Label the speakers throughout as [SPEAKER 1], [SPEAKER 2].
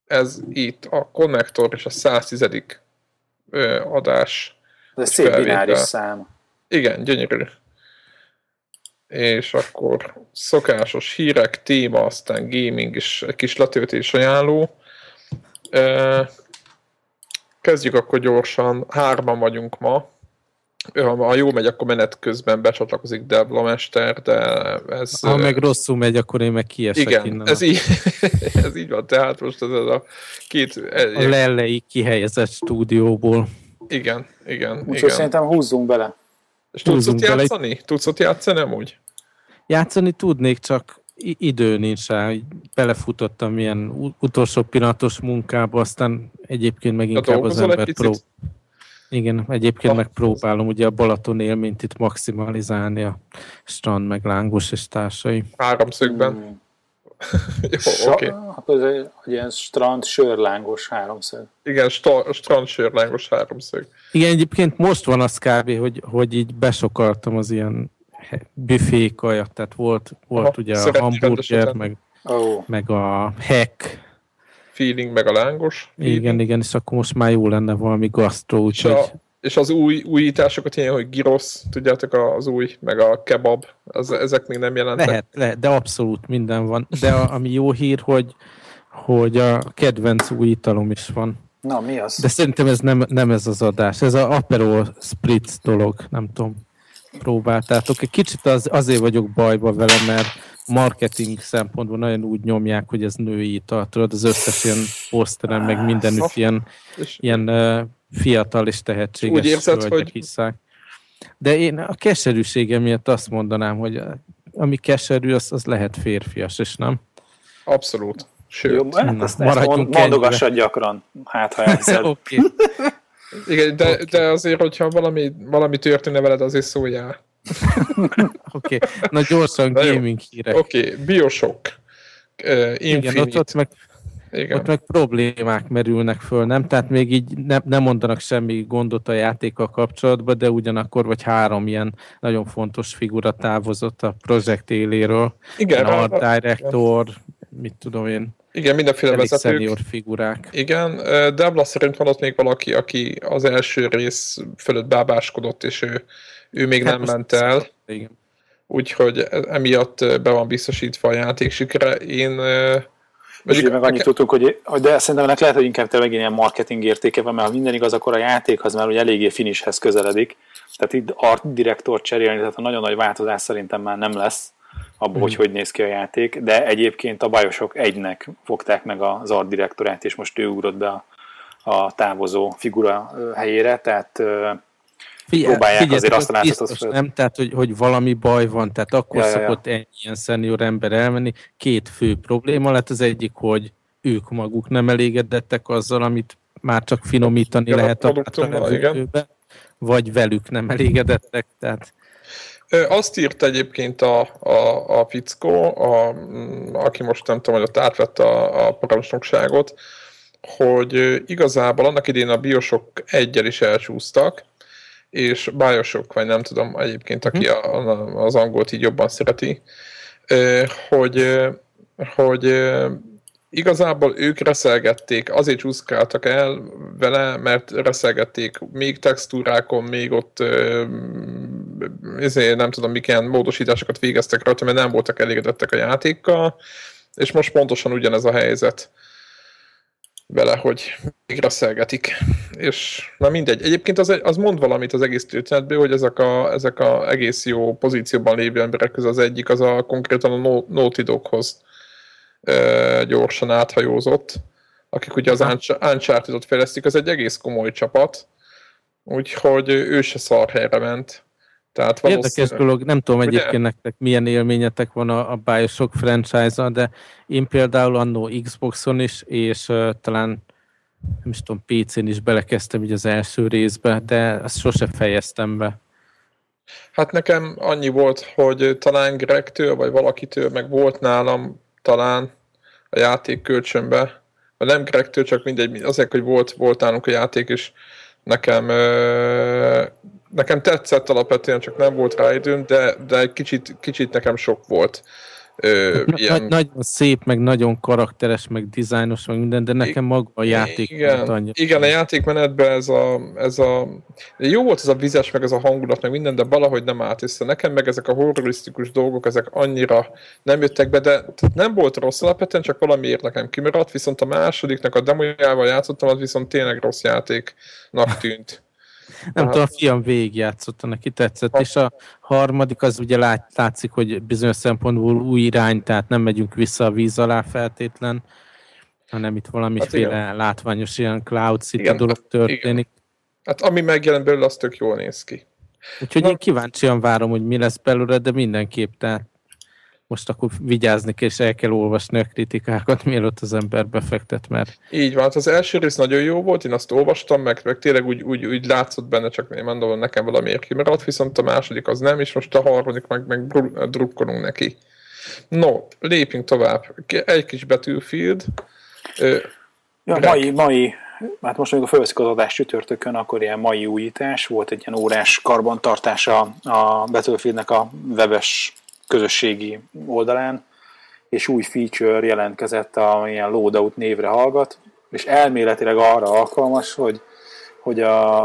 [SPEAKER 1] ez itt a konnektor és a 110. Adás.
[SPEAKER 2] Ez szép bináris szám.
[SPEAKER 1] Igen, gyönyörű. És akkor szokásos hírek, téma, aztán gaming és egy kis letöltés ajánló. Kezdjük akkor gyorsan. 3-an vagyunk ma. Ha jól megy, akkor menet közben becsatlakozik Debla mester, de ez...
[SPEAKER 3] Ha meg rosszul megy, akkor én meg kiesek
[SPEAKER 1] igen,
[SPEAKER 3] innen.
[SPEAKER 1] Ez így van. Tehát most ez a két...
[SPEAKER 3] A lellei kihelyezett stúdióból.
[SPEAKER 1] Igen.
[SPEAKER 2] Úgyhogy szerintem húzzunk bele.
[SPEAKER 1] És tudsz ott játszani? Tudsz ott játszani amúgy?
[SPEAKER 3] Játszani tudnék, csak idő nincs rá. Belefutottam ilyen utolsó pillanatos munkába, aztán egyébként meg inkább az ember Igen, egyébként megpróbálom ugye a Balaton élményt itt maximalizálni, a strand meg lángos és társai.
[SPEAKER 1] 3-szögben. Jó, oké.
[SPEAKER 2] Akkor ez egy ilyen strand sörlángos 3-szög.
[SPEAKER 1] Igen, strand sörlángos 3-szög.
[SPEAKER 3] Igen, egyébként most van az kb, hogy így besokaltam az ilyen büfékajat, tehát volt ugye a hamburger, meg a hack,
[SPEAKER 1] feeling, meg a lángos.
[SPEAKER 3] Igen, és akkor most már jó lenne valami gasztró, úgyhogy...
[SPEAKER 1] És az újításokat ilyen, hogy gyrosz, tudjátok, az új, meg a kebab, ezek még nem jelentek?
[SPEAKER 3] Lehet, de abszolút minden van. De ami jó hír, hogy a kedvenc új italom is van.
[SPEAKER 2] Na, mi az?
[SPEAKER 3] De szerintem ez nem ez az adás. Ez az Aperol Spritz dolog, nem tudom. Próbáltátok. Egy kicsit azért vagyok bajba vele, mert marketing szempontból nagyon úgy nyomják, hogy ez női ital. Tudod, az összes ilyen poszteren, meg mindenütt ilyen fiatal és tehetséges
[SPEAKER 1] úgy érzed,
[SPEAKER 3] hogy hiszák. De én a keserűsége miatt azt mondanám, hogy ami keserű, az lehet férfias, és nem?
[SPEAKER 1] Abszolút. Sőt.
[SPEAKER 2] Jó, ezt mondogassad gyakran, hát ha elhiszed.
[SPEAKER 3] Okay.
[SPEAKER 1] Igen, de azért, hogyha valami történne veled, azért szóljál.
[SPEAKER 3] Oké, na gyorsan gaming hírek.
[SPEAKER 1] Oké, Bioshock. Infinite.
[SPEAKER 3] Igen, ott meg problémák merülnek föl, nem? Tehát még így nem mondanak semmi gondot a játékkal kapcsolatban, de ugyanakkor vagy 3 ilyen nagyon fontos figura távozott a projekt éléről.
[SPEAKER 1] Igen,
[SPEAKER 3] Art director, mit tudom én.
[SPEAKER 1] Igen, mindenféle vezetők.
[SPEAKER 3] Senior figurák.
[SPEAKER 1] Igen, Debla szerint van ott még valaki, aki az első rész fölött bábáskodott, és ő még nem ment el.
[SPEAKER 3] Igen.
[SPEAKER 1] Úgyhogy emiatt be van biztosítva a játék sikere.
[SPEAKER 2] Meg annyit tudtunk, hogy de szerintem ennek lehet, hogy inkább te megint ilyen marketing értéke van, mert ha minden igaz, akkor a játékhoz már ugye eléggé finishhez közeledik. Tehát itt art direktort cserélni, tehát a nagyon nagy változás szerintem már nem lesz abból, hogy néz ki a játék, de egyébként a Bioshock 1-nek fogták meg az art direktorát, és most ő ugrott be a távozó figura helyére, tehát próbálják azért azt a látszatot föl.
[SPEAKER 3] Nem, tehát hogy valami baj van, tehát akkor szokott egy ilyen szenior ember elmenni. 2 fő probléma lett, az egyik, hogy ők maguk nem elégedettek azzal, amit már csak finomítani lehet a levőbe, vagy velük nem elégedettek, tehát...
[SPEAKER 1] Azt írt egyébként a fickó, aki most nem tudom, hogy ott átvette a parancsnokságot, hogy igazából annak idén a Bioshock 1-jel is elcsúsztak, és Bioshock, vagy nem tudom egyébként, aki az angolt így jobban szereti, hogy igazából ők reszelgették, azért csúszkáltak el vele, mert reszelgették még textúrákon, még ott nem tudom, milyen módosításokat végeztek rajta, mert nem voltak elégedettek a játékkal, és most pontosan ugyanez a helyzet vele, hogy még reszelgetik. És na mindegy. Egyébként az mond valamit az egész történetből, hogy ezek a egész jó pozícióban lévő emberek közül az egyik, az konkrétan a Naughty Doghoz gyorsan áthajózott, akik ugye az Uncharted-ot fejlesztik, az egy egész komoly csapat, úgyhogy ő se szar helyre ment. Tehát
[SPEAKER 3] érdekes dolog, nem tudom egyébként nektek milyen élményetek van a Bioshock franchise-a, de én például annó Xboxon is, és talán nem is tudom, PC-n is belekezdtem így az első részbe, de azt sose fejeztem be.
[SPEAKER 1] Hát nekem annyi volt, hogy talán Gregtől, vagy valakitől, meg volt nálam talán a játék kölcsönbe, vagy nem Gregtől, csak mindegy, azért, hogy volt nálunk a játék, és nekem tetszett alapvetően, csak nem volt rá időm, de egy kicsit nekem sok volt.
[SPEAKER 3] ilyen... Nagyon szép, meg nagyon karakteres, meg dizájnos, meg minden, de nekem maga a játék
[SPEAKER 1] igen, a játékmenetben ez a jó volt ez a vizes, meg ez a hangulat, meg minden, de valahogy nem állt össze. Nekem meg ezek a horrorisztikus dolgok, ezek annyira nem jöttek be, de nem volt rossz alapvetően, csak valamiért nekem kimaradt, viszont a másodiknak a demójával játszottam, az viszont tényleg rossz játéknak tűnt.
[SPEAKER 3] Nem tudom, a fiam végigjátszotta, neki tetszett, és a harmadik az ugye látszik, hogy bizonyos szempontból új irány, tehát nem megyünk vissza a víz alá feltétlen, hanem itt valamiféle látványos ilyen Cloud City dolog történik. Igen.
[SPEAKER 1] Hát ami megjelent belőle, az tök jól néz ki.
[SPEAKER 3] Úgyhogy én kíváncsian várom, hogy mi lesz belőle, de mindenképp, tehát most akkor vigyázni kell, és el kell olvasni a kritikákat, mielőtt az ember befektet, mert...
[SPEAKER 1] Így van, hát az első rész nagyon jó volt, én azt olvastam, meg tényleg úgy látszott benne, csak én mondom, hogy nekem valamiért kimaradt, viszont a második az nem, és most a harmadik meg drukkolunk neki. No, lépjünk tovább. Egy kis Battlefield.
[SPEAKER 2] Mai, hát most amikor felveszik az adást csütörtökön, akkor ilyen mai újítás, volt egy ilyen órás karbantartása a Battlefieldnek a webes közösségi oldalán, és új feature jelentkezett, amilyen loadout névre hallgat, és elméletileg arra alkalmas, hogy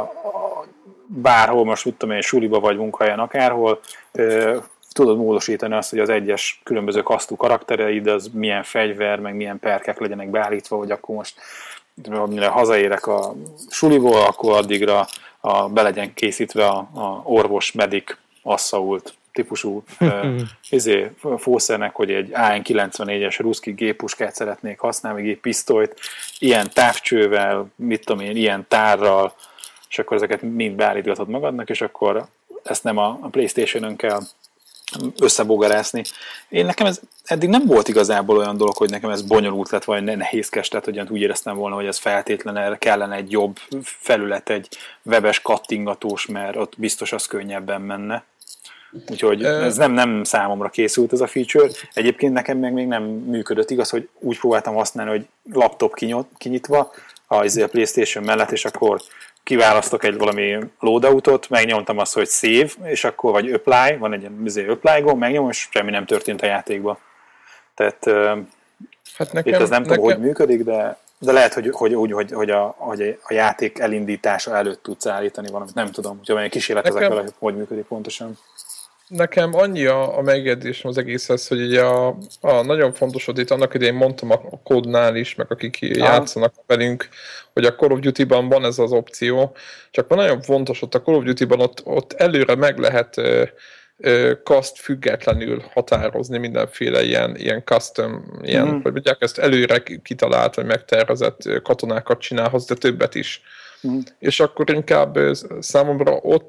[SPEAKER 2] bárhol, most tudom én, suliba vagy munkahelyen akárhol, tudod módosítani azt, hogy az egyes különböző kasztú karaktereid, az milyen fegyver, meg milyen perkek legyenek beállítva, hogy akkor most amire hazaérek a suliból, akkor addigra be legyen készítve a orvos, medik, asszault típusú fószernek, hogy egy AN-94-es ruszki géppuskát szeretnék használni, vagy géppisztolyt, ilyen távcsővel, mit tudom én, ilyen tárral, és akkor ezeket mind beállítgatod magadnak, és akkor ezt nem a PlayStation-ön kell összebogarászni. Nekem ez eddig nem volt igazából olyan dolog, hogy nekem ez bonyolult lett, vagy nehézkes, tehát hogy úgy éreztem volna, hogy ez feltétlenül kellene egy jobb felület, egy webes kattingatós, mert ott biztos az könnyebben menne. Úgyhogy ez nem számomra készült ez a feature. Egyébként nekem még nem működött, igaz, hogy úgy próbáltam használni, hogy laptop kinyitva a PlayStation mellett, és akkor kiválasztok egy valami loadoutot, megnyomtam azt, hogy save, és akkor vagy apply, van egy ilyen apply gomb, megnyomom, és semmi nem történt a játékban. Tehát hát itt ez nem tudom, hogy működik, de lehet, hogy a játék elindítása előtt tudsz állítani valamit, nem tudom, hogy olyan kísérletezek vele, hogy működik pontosan.
[SPEAKER 1] Nekem annyi a megjegyzésem az egészhez, hogy ugye a nagyon fontos, hogy itt annak idején mondtam a kódnál is, meg akik játszanak velünk, hogy a Call of Duty-ban van ez az opció, csak van nagyon fontos, hogy a Call of Duty-ban ott előre meg lehet kaszt függetlenül határozni mindenféle ilyen custom, ilyen, hogy mondják, ezt előre kitalált, vagy megtervezett katonákat csinálhatsz, de többet is. És akkor inkább számomra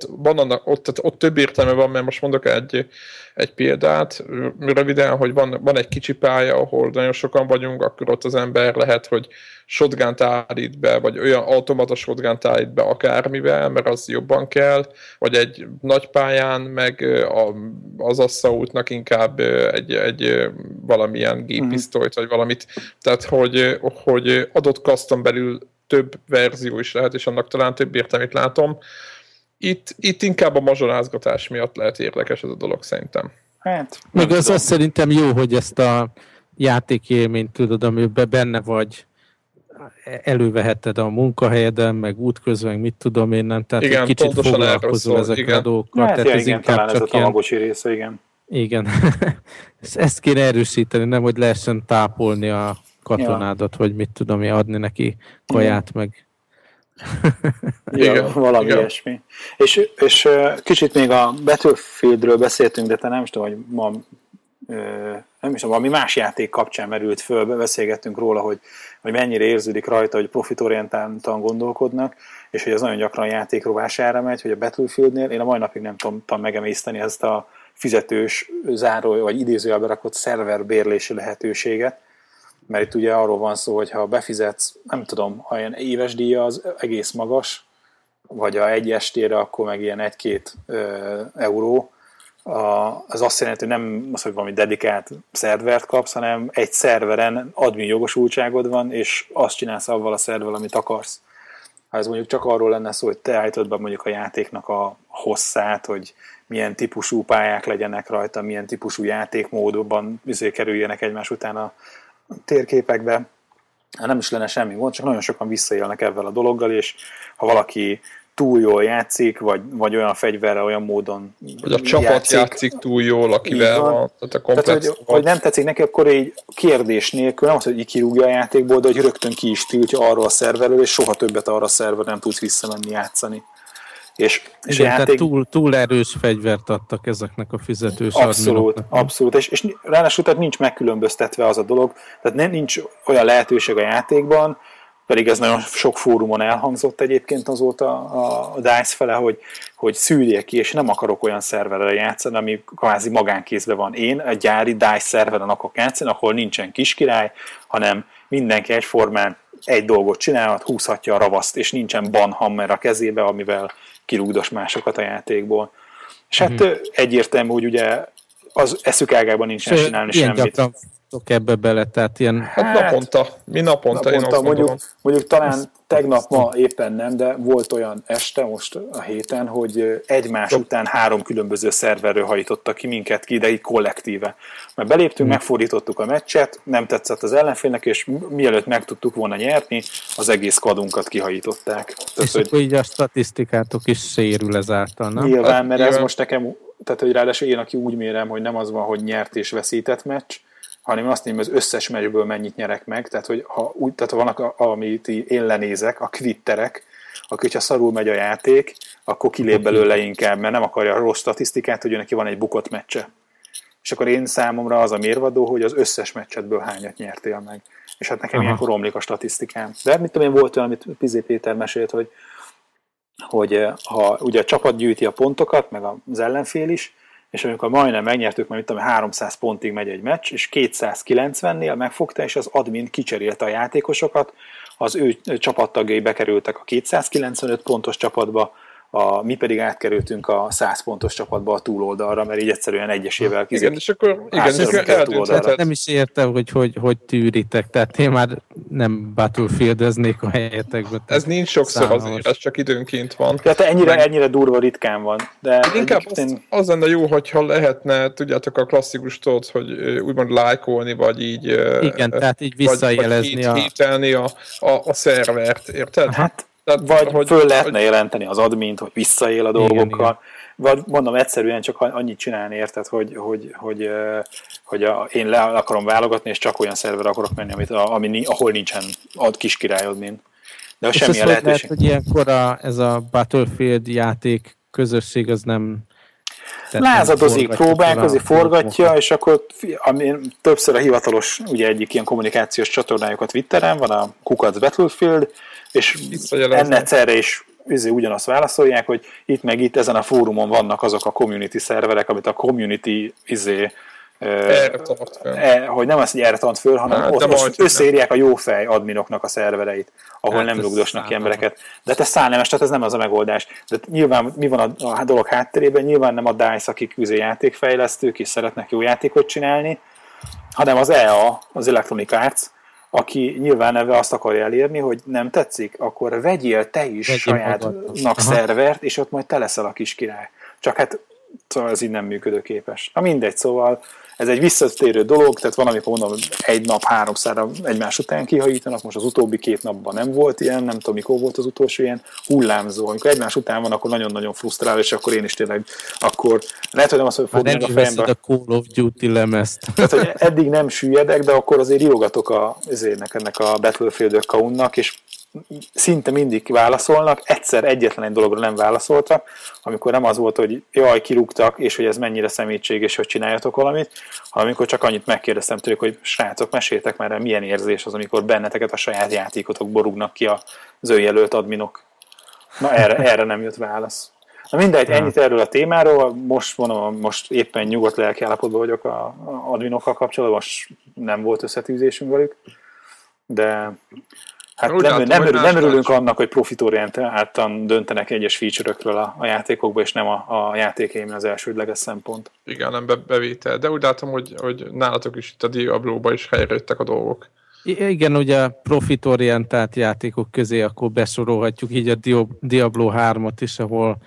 [SPEAKER 1] ott több értelme van, mert most mondok egy példát, röviden, hogy van egy kicsi pálya, ahol nagyon sokan vagyunk, akkor ott az ember lehet, hogy shotgunt állít be, vagy olyan automata shotgunt állít be akármivel, mert az jobban kell, vagy egy nagy pályán, meg az assaultnak inkább egy valamilyen géppisztolyt, vagy valamit. Tehát, hogy adott custom belül több verzió is lehet, és annak talán több értelmét látom. Itt inkább a mazsolázgatás miatt lehet érdekes ez a dolog, szerintem.
[SPEAKER 3] Hát, meg az szerintem jó, hogy ezt a játékélményt tudod, amiben benne vagy, előveheted a munkahelyeden, meg útközben, mit tudom én nem, tehát
[SPEAKER 1] igen,
[SPEAKER 3] egy kicsit foglalkozol ezekkel a dolgokkal.
[SPEAKER 2] Hát, tehát ez inkább csak ez a Tamagocsi része, igen.
[SPEAKER 3] Igen. Ezt kéne erősíteni, nem, hogy lehessen tápolni a katonádat, vagy mit tudom én, adni neki kaját, meg...
[SPEAKER 2] Igen, valami ilyesmi. És kicsit még a Battlefieldről beszéltünk, de te nem is tudom, hogy ma nem is tudom, valami más játék kapcsán merült föl, beszélgettünk róla, hogy mennyire érződik rajta, hogy profitorientáltan gondolkodnak, és hogy ez nagyon gyakran játék rovására megy, hogy a Battlefieldnél én a mai napig nem tudom megemészteni ezt a fizetős záró, vagy idézőjelbe rakott szerverbérlési lehetőséget, mert itt ugye arról van szó, hogy ha befizetsz, nem tudom, ha ilyen éves díja az egész magas, vagy a egy estére, akkor meg ilyen 1-2 euró, az azt jelenti, hogy nem az, hogy valami dedikált szervert kapsz, hanem egy szerveren admin jogosultságod van, és azt csinálsz avval a szervvel, amit akarsz. Ha ez mondjuk csak arról lenne szó, hogy te állítod be mondjuk a játéknak a hosszát, hogy milyen típusú pályák legyenek rajta, milyen típusú játékmódban kerüljenek egymás után a térképekbe. Nem is lenne semmi gond, csak nagyon sokan visszaélnek ezzel a dologgal, és ha valaki túl jól játszik, vagy olyan fegyverrel, olyan módon
[SPEAKER 1] hogy a csapat játszik túl jól, akivel van. Tehát a komplex.
[SPEAKER 2] Hogy nem tetszik neki, akkor egy kérdés nélkül, nem az, hogy így kirúgja a játékból, de hogy rögtön ki is tiltja arról a szerverről, és soha többet arra a szerver nem tudsz visszamenni játszani. És
[SPEAKER 3] igen, a játék... tehát túl erős fegyvert adtak ezeknek a fizetős adminoknak.
[SPEAKER 2] Abszolút, és ráadásul tehát nincs megkülönböztetve az a dolog, tehát nincs olyan lehetőség a játékban, pedig ez nagyon sok fórumon elhangzott egyébként azóta a DICE fele, hogy szűrje ki, és nem akarok olyan szerverrel játszani, ami kvázi magánkézben van. Én egy gyári DICE szerveren akarok játszani, ahol nincsen kiskirály, hanem mindenki egyformán egy dolgot csinálhat, húzhatja a ravaszt, és nincsen banhammer a kezébe, amivel kirúgdos másokat a játékból. És hát egyértelmű, hogy ugye az eszük ágában nincsen csinálni semmit.
[SPEAKER 3] Ebbe bele, tehát ilyen...
[SPEAKER 1] Hát naponta, mondjuk
[SPEAKER 2] talán tegnap, ma éppen nem, de volt olyan este most a héten, hogy egymás után 3 különböző szerverről hajítottak ki minket ki, de így kollektíve. Mert beléptünk, megfordítottuk a meccset, nem tetszett az ellenfélnek, és mielőtt meg tudtuk volna nyerni, az egész kadunkat kihajították.
[SPEAKER 3] És akkor így a statisztikátok is sérül ezáltal, nem?
[SPEAKER 2] Nyilván, mert ez most nekem, tehát hogy ráadásul én, aki úgy mérem, hogy nem az van, hogy nyert és veszített meccs, hanem azt mondom, az összes meccsből mennyit nyerek meg, tehát hogy tehát vannak, amit én lenézek, a quitterek, akik, ha szarul megy a játék, akkor kilép belőle inkább, mert nem akarja a rossz statisztikát, hogy neki van egy bukott meccse. És akkor én számomra az a mérvadó, hogy az összes meccsetből hányat nyertél meg. És hát nekem ilyenkor romlik a statisztikám. De mit tudom én, volt olyan, amit Pizé Péter mesélt, hogy ha ugye a csapat gyűjti a pontokat, meg az ellenfél is, és amikor majdnem megnyertük, mert 300 pontig megy egy meccs, és 290-nél megfogta, és az admin kicserélte a játékosokat, az ő csapattagjai bekerültek a 295 pontos csapatba, mi pedig átkerültünk a 100 pontos csapatba a túloldalra, mert így egyszerűen egyesével
[SPEAKER 1] igen, és akkor
[SPEAKER 3] nem is értem, hogy tűritek, tehát én már nem Battlefield-eznék a helyetekben.
[SPEAKER 1] Ez nincs sokszor azért, ez csak időnként van.
[SPEAKER 2] Tehát ennyire durva ritkán van. De
[SPEAKER 1] inkább az lenne jó, hogyha lehetne, tudjátok, a klasszikus tudod, hogy úgymond lájkolni, vagy így...
[SPEAKER 3] Igen, tehát így visszajelezni
[SPEAKER 1] vagy hételni a szervert, érted?
[SPEAKER 2] Hát, vagy föl lehetne jelenteni az admint, hogy visszaél a dolgokkal. Vagy mondom, egyszerűen csak annyit csinálni, érted, hogy én le akarom válogatni, és csak olyan szerverre akarok menni, ahol nincsen kis király admin. De
[SPEAKER 3] és semmilyen lehetőség. Lehet, hogy ilyenkor ez a Battlefield játék közösség az nem...
[SPEAKER 2] Lázadozik, próbálkozik, forgatja, és akkor többször a hivatalos, ugye egyik ilyen kommunikációs csatornájukat Twitteren van, a Kukac Battlefield, és ennek erre is ugyanazt válaszolják, hogy itt meg itt ezen a fórumon vannak azok a community szerverek, amit a community hogy nem az, hogy erre tart föl, hanem ott összeírják a jófej adminoknak a szervereit, ahol nem rugdosnak ki embereket. De hát ez szálnemes, tehát ez nem az a megoldás. De nyilván mi van a dolog hátterében? Nyilván nem a DICE, akik játékfejlesztők és szeretnek jó játékot csinálni, hanem az EA, az Electronic Arts, aki nyilván ebben azt akarja elérni, hogy nem tetszik, akkor vegyél te is sajátnak szervert, és ott majd te leszel a kis király. Csak hát szóval ez így nem működőképes. Na mindegy, szóval ez egy visszatérő dolog, tehát van, amikor mondom, egy nap 3-szor egymás után kihajítanak, most az utóbbi 2 napban nem volt ilyen, nem tudom mikor volt az utolsó ilyen hullámzó. Amikor egymás után van, akkor nagyon-nagyon frusztrál, és akkor én is tényleg, akkor lehet, hogy nem azt, hogy fogni a fejembe.
[SPEAKER 3] a Call of Duty lemezt.
[SPEAKER 2] Tehát, hogy eddig nem süllyedek, de akkor azért riogatok ennek a Battlefield accountnak, és szinte mindig válaszolnak, egyszer egyetlen egy dologra nem válaszoltak, amikor nem az volt, hogy jaj, kirúgtak, és hogy ez mennyire szemétség, és hogy csináljatok valamit, hanem amikor csak annyit megkérdeztem tőlük, hogy srácok, meséltek már, milyen érzés az, amikor benneteket a saját játékotokból rúgnak ki az önjelölt adminok. Na erre nem jött válasz. Na mindegy, ennyit erről a témáról, most éppen nyugodt lelkiállapotban vagyok a adminokkal kapcsolatban, most nem volt összetűzésünk velük, de hát nem örülünk annak, hogy profitorientáltan döntenek egyes feature-ökről a játékokba, és nem a játékeimen az elsődleges szempont.
[SPEAKER 1] Igen, nem bevétel, de úgy látom, hogy nálatok is itt a Diablo-ba is helyrejöttek a dolgok.
[SPEAKER 3] Igen, ugye a profitorientált játékok közé akkor besorolhatjuk így a Diablo 3-at is, ahol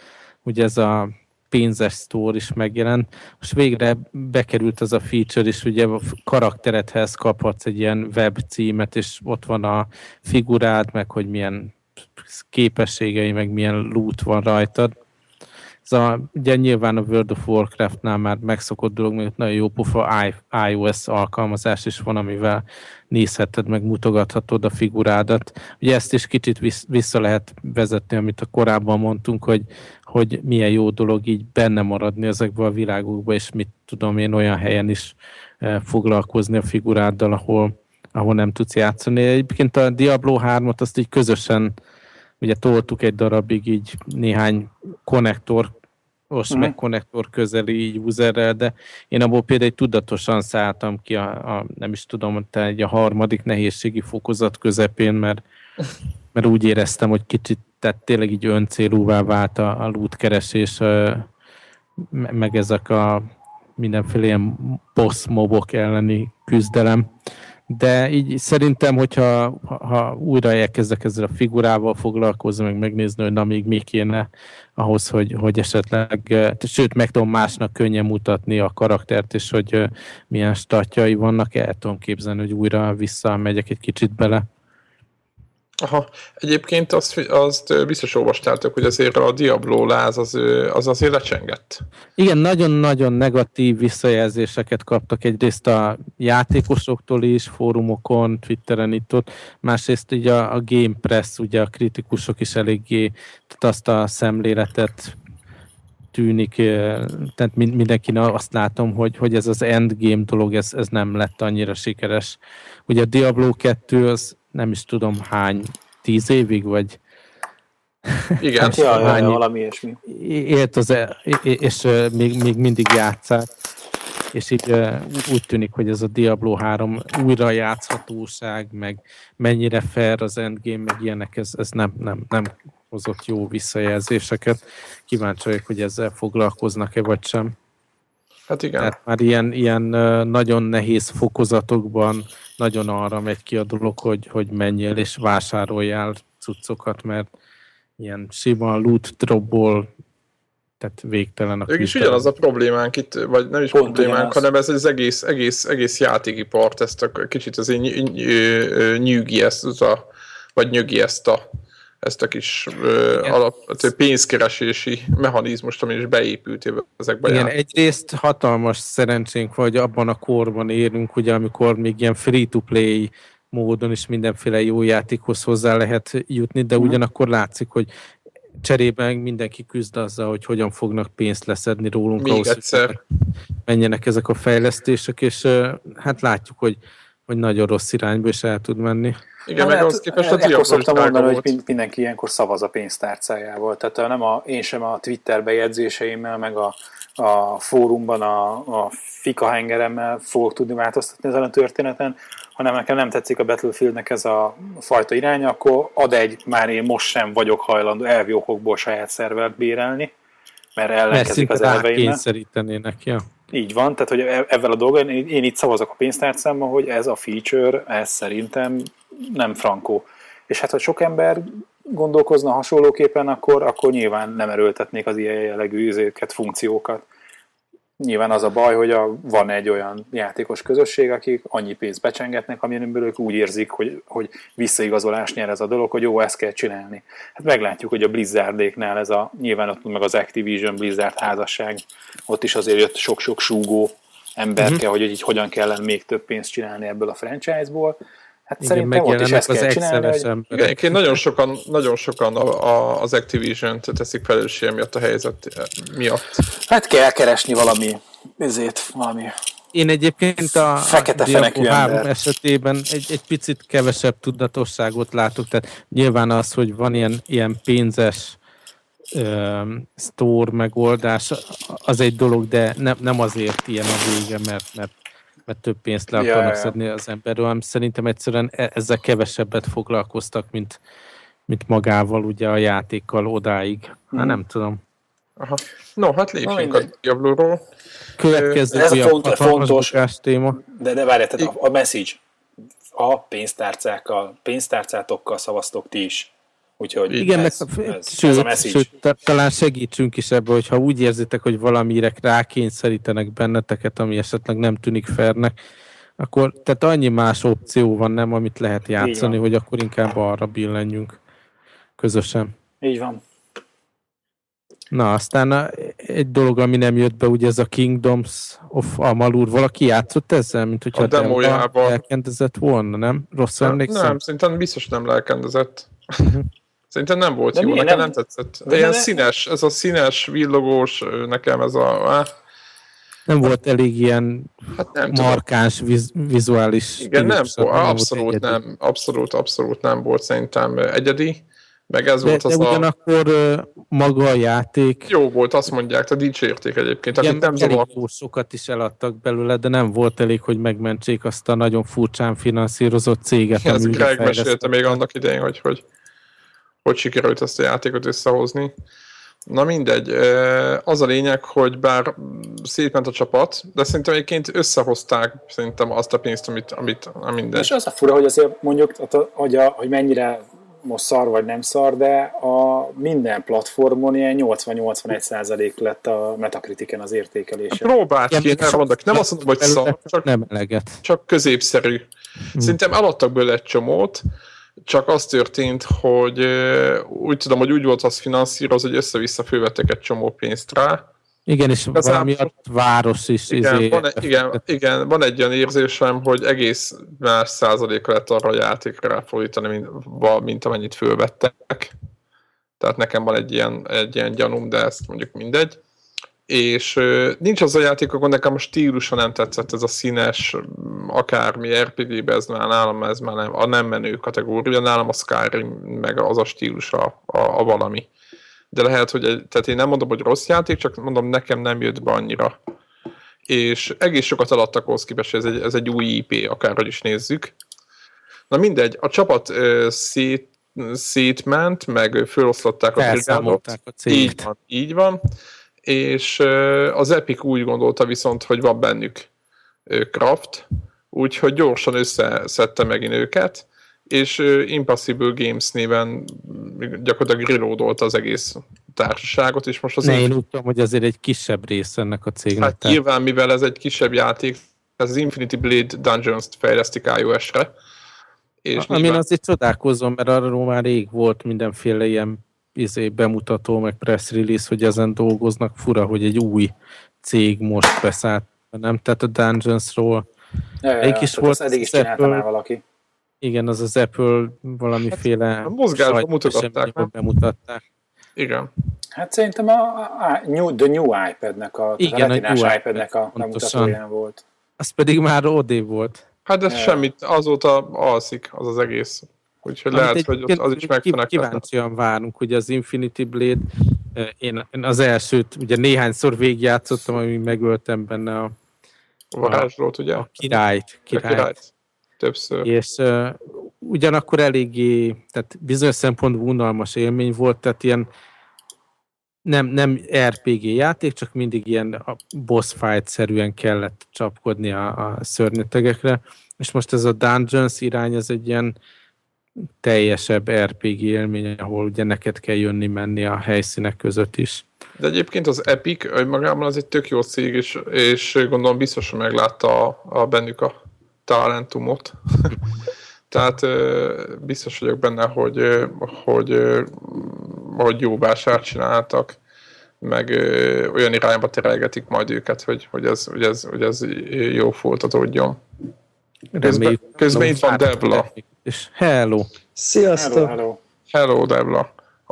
[SPEAKER 3] ugye ez a pénzes store is megjelent. Most végre bekerült az a feature is, ugye a karakteredhez kaphatsz egy ilyen web címet, és ott van a figurád, meg hogy milyen képességei, meg milyen loot van rajtad. Ugye nyilván a World of Warcraftnál már megszokott dolog, mert nagyon jó pofa iOS alkalmazás is van, amivel nézheted, meg mutogathatod a figurádat. Ugye ezt is kicsit vissza lehet vezetni, amit a korábban mondtunk, hogy milyen jó dolog így benne maradni ezekbe a világokba, és mit tudom én olyan helyen is foglalkozni a figuráddal, ahol nem tudsz játszani. Egyébként a Diablo 3-at azt így közösen ugye toltuk egy darabig így néhány konnektor, meg konnektor közeli userrel, de én abból például tudatosan szálltam ki nem is tudom, egy a harmadik nehézségi fokozat közepén, mert úgy éreztem, hogy kicsit, tehát tényleg így öncélúvá vált a lootkeresés, meg ezek a mindenféle ilyen boss mobok elleni küzdelem. De így szerintem, hogyha újra elkezdek ezzel a figurával foglalkozni, meg megnézni, hogy na még mi kéne ahhoz, hogy esetleg, sőt meg tudom másnak könnyen mutatni a karaktert, és hogy milyen statjai vannak, el tudom képzelni, hogy újra visszamegyek egy kicsit bele.
[SPEAKER 1] Aha, egyébként azt biztos olvastátok, hogy azért a Diablo láz az azért lecsengett.
[SPEAKER 3] Igen, nagyon-nagyon negatív visszajelzéseket kaptak egyrészt a játékosoktól is, fórumokon, Twitteren itt-ott, másrészt ugye a Game Press, ugye a kritikusok is eléggé, tehát azt a szemléletet tűnik, tehát mindenkinek azt látom, hogy ez az endgame dolog, ez nem lett annyira sikeres. Ugye a Diablo 2 az nem is tudom hány, 10 évig, vagy...
[SPEAKER 1] Igen,
[SPEAKER 2] valami ilyesmi.
[SPEAKER 3] Élt és még mindig játszák. És így úgy tűnik, hogy ez a Diablo 3 újra játszhatóság, meg mennyire fair az endgame, meg ilyenek, ez nem hozott jó visszajelzéseket. Kíváncsi vagyok, hogy ezzel foglalkoznak-e, vagy sem.
[SPEAKER 1] Hát igen.
[SPEAKER 3] Tehát már ilyen nagyon nehéz fokozatokban nagyon arra megy ki a dolog, hogy menjél és vásároljál cuccokat, mert ilyen sima loot dropból, tehát végtelen a küzdelem.
[SPEAKER 1] És ugyanaz a problémánk itt, vagy nem is pont problémánk, hanem ez az egész játékipart, ezt a kicsit azért nyűgi ezt a kis pénzkeresési mechanizmust, ami is beépült ezekbe.
[SPEAKER 3] Igen, egyrészt hatalmas szerencsénk, hogy abban a korban érünk, ugye, amikor még ilyen free-to-play módon is mindenféle jó játékhoz hozzá lehet jutni, de ugyanakkor látszik, hogy cserében mindenki küzd azzal, hogy hogyan fognak pénzt leszedni rólunk.
[SPEAKER 1] Még ahhoz, egyszer.
[SPEAKER 3] Menjenek ezek a fejlesztések, és hát látjuk, hogy nagyon rossz irányba is el tud menni.
[SPEAKER 1] Igen, meg ahhoz képest a Diablo is
[SPEAKER 2] szoktam mondani, hogy mindenki ilyenkor szavaz a pénztárcájával. Tehát én sem a Twitter bejegyzéseimmel, meg a fórumban a fika hengeremmel fogok tudni változtatni ezen a történeten, hanem nekem nem tetszik a Battlefieldnek ez a fajta iránya, akkor már én most sem vagyok hajlandó elvi okokból saját szervert bérelni, mert ellenkezik az elveimmel.
[SPEAKER 3] Kényszerítenének, ja.
[SPEAKER 2] Így van, tehát hogy ezzel a dolgon én itt szavazok a pénztárcámmal, hogy ez a feature, ez szerintem nem frankó. És hát, ha sok ember gondolkozna hasonlóképpen, akkor nyilván nem erőltetnék az ilyen jellegű funkciókat. Nyilván az a baj, hogy van egy olyan játékos közösség, akik annyi pénzt becsengetnek, amilyenből ők úgy érzik, hogy visszaigazolás nyer ez a dolog, hogy jó, ezt kell csinálni. Hát meglátjuk, hogy a Blizzardéknál nyilván ott meg az Activision Blizzard házasság, ott is azért jött sok-sok súgó emberke, hogy így hogyan kellene még több pénzt csinálni ebből a franchise-ból. Hát igen, szerintem ott is ezt kell csinálni.
[SPEAKER 1] Igen, nagyon sokan az Activision-t teszik felelősségre miatt a helyzet miatt.
[SPEAKER 2] Hát kell keresni valami.
[SPEAKER 3] Én egyébként a Diablo 3 esetében egy picit kevesebb tudatosságot látok, tehát nyilván az, hogy van ilyen pénzes store megoldás, az egy dolog, de nem azért ilyen a vége, mert több pénzt le akarnak szedni az emberről, hanem szerintem egyszerűen ezzel kevesebbet foglalkoztak, mint magával, ugye a játékkal odáig. Hát nem tudom.
[SPEAKER 1] Aha. No, hát lépjünk a Diablo-ról.
[SPEAKER 3] Következő
[SPEAKER 2] ez a fontos
[SPEAKER 3] téma.
[SPEAKER 2] De várjál, tehát a message. A pénztárcátokkal szavaztok ti is. Úgyhogy
[SPEAKER 3] igen,
[SPEAKER 2] ez a message.
[SPEAKER 3] Sőt, talán segítsünk is ebbe, hogyha úgy érzitek, hogy valamire rákényszerítenek benneteket, ami esetleg nem tűnik fairnek, akkor tehát annyi más opció van, nem, amit lehet játszani, hogy akkor inkább arra billenjünk közösen.
[SPEAKER 2] Így van.
[SPEAKER 3] Na, aztán egy dolog, ami nem jött be, ugye ez a Kingdoms of Amalur. Valaki játszott ezzel, mint hogyha
[SPEAKER 1] a demójában
[SPEAKER 3] lelkendezett volna, nem? Rosszul emlékszem?
[SPEAKER 1] Nem, szerintem biztos nem lelkendezett. Szerintem nem volt jó, nekem nem tetszett. Ilyen színes, ez a színes, villogós, nekem ez a...
[SPEAKER 3] Nem volt elég ilyen markáns, vizuális...
[SPEAKER 1] Igen, nem, abszolút nem volt szerintem egyedi. Meg ez volt az
[SPEAKER 3] de ugyanakkor maga a játék...
[SPEAKER 1] Jó volt, azt mondják, te dicsérték egyébként.
[SPEAKER 3] Igen, elég jó sokat is eladtak belőle, de nem volt elég, hogy megmentsék azt a nagyon furcsán finanszírozott céget.
[SPEAKER 1] Igen, ezt Greg mesélte még annak idején, hogy sikerült ezt a játékot összehozni. Na mindegy, az a lényeg, hogy bár szétment a csapat, de szerintem egyébként összehozták szerintem azt a pénzt, amit mindegy. És
[SPEAKER 2] az a fura, hogy azért mondjuk, hogy mennyire most szar vagy nem szar, de a minden platformon ilyen 80-81% lett a Metacritiken az értékelése.
[SPEAKER 1] Próbált ki, nem azt mondom, hogy szar, csak középszerű. Szerintem eladtak belőle egy csomót, csak az történt, hogy úgy tudom, hogy úgy volt az finanszíroz, hogy össze-vissza fölvettek egy csomó pénzt rá.
[SPEAKER 3] Igen, és valami a város is.
[SPEAKER 1] Igen, van egy olyan érzésem, hogy egész más százaléka lett arra a játékra ráfordítani, mint amennyit fölvettek. Tehát nekem van egy ilyen gyanúm, de ezt mondjuk mindegy. És nincs az a játék, akkor nekem a stílusa nem tetszett, ez a színes, akármi RPG-be, ez már a nem menő kategória, nálam a Skyrim, meg az a stílusa a valami. De lehet, hogy tehát én nem mondom, hogy rossz játék, csak mondom, nekem nem jött be annyira. És egész sokat eladtak ahhoz képest, ez egy új IP, akárhogy is nézzük. Na mindegy, a csapat szétment, meg föloszlatták a brigádot. Így van. És az Epic úgy gondolta viszont, hogy van bennük craft, úgyhogy gyorsan összeszedte megint őket, és Impossible Games néven gyakorlatilag reloadolta az egész társaságot, és most
[SPEAKER 3] én úgy tudom, hogy azért egy kisebb rész ennek a cégnek.
[SPEAKER 1] Hát nyilván, mivel ez egy kisebb játék, ez az Infinity Blade Dungeons-t fejlesztik iOS-re.
[SPEAKER 3] Amin azért csodálkozom, mert arról már rég volt mindenféle ilyen bemutató, meg press release, hogy ezen dolgoznak. Fura, hogy egy új cég most beszállt, nem? Tehát a Dungeons-ról.
[SPEAKER 2] Egy is volt, eddig is csinálta már valaki.
[SPEAKER 3] Igen, az Apple valamiféle
[SPEAKER 1] hát, mozgásban mutatták.
[SPEAKER 3] Bemutatták.
[SPEAKER 1] Igen.
[SPEAKER 2] Hát szerintem the New iPad-nek, a retinás iPad-nek a bemutatóján volt.
[SPEAKER 3] Az pedig már odébb volt.
[SPEAKER 1] Hát ez semmit, azóta alszik az egész. Úgyhogy lehet, hogy az is megfenek.
[SPEAKER 3] Kíváncsian várunk, hogy az Infinity Blade, én az elsőt, ugye néhányszor végigjátszottam, amíg megöltem benne a
[SPEAKER 1] varázslót, ugye?
[SPEAKER 3] A királyt.
[SPEAKER 1] Többször.
[SPEAKER 3] És ugyanakkor eléggé, tehát bizonyos szempontból unalmas élmény volt, tehát ilyen nem RPG játék, csak mindig ilyen a boss fight-szerűen kellett csapkodni a szörnyetegekre, és most ez a Dungeons irány, ez egy ilyen teljesebb RPG élmény, ahol ugye neked kell jönni-menni a helyszínek között is.
[SPEAKER 1] De egyébként az Epic magában az egy tök jó cég, és gondolom biztosan meglátta bennük a talentumot. Tehát biztos vagyok benne, hogy jó vásárt csináltak, meg olyan irányba terelgetik majd őket, hogy ez jó folytatódjon. Közben itt van Debla.
[SPEAKER 3] És hello!
[SPEAKER 4] Sziasztok!
[SPEAKER 1] Hello Debla!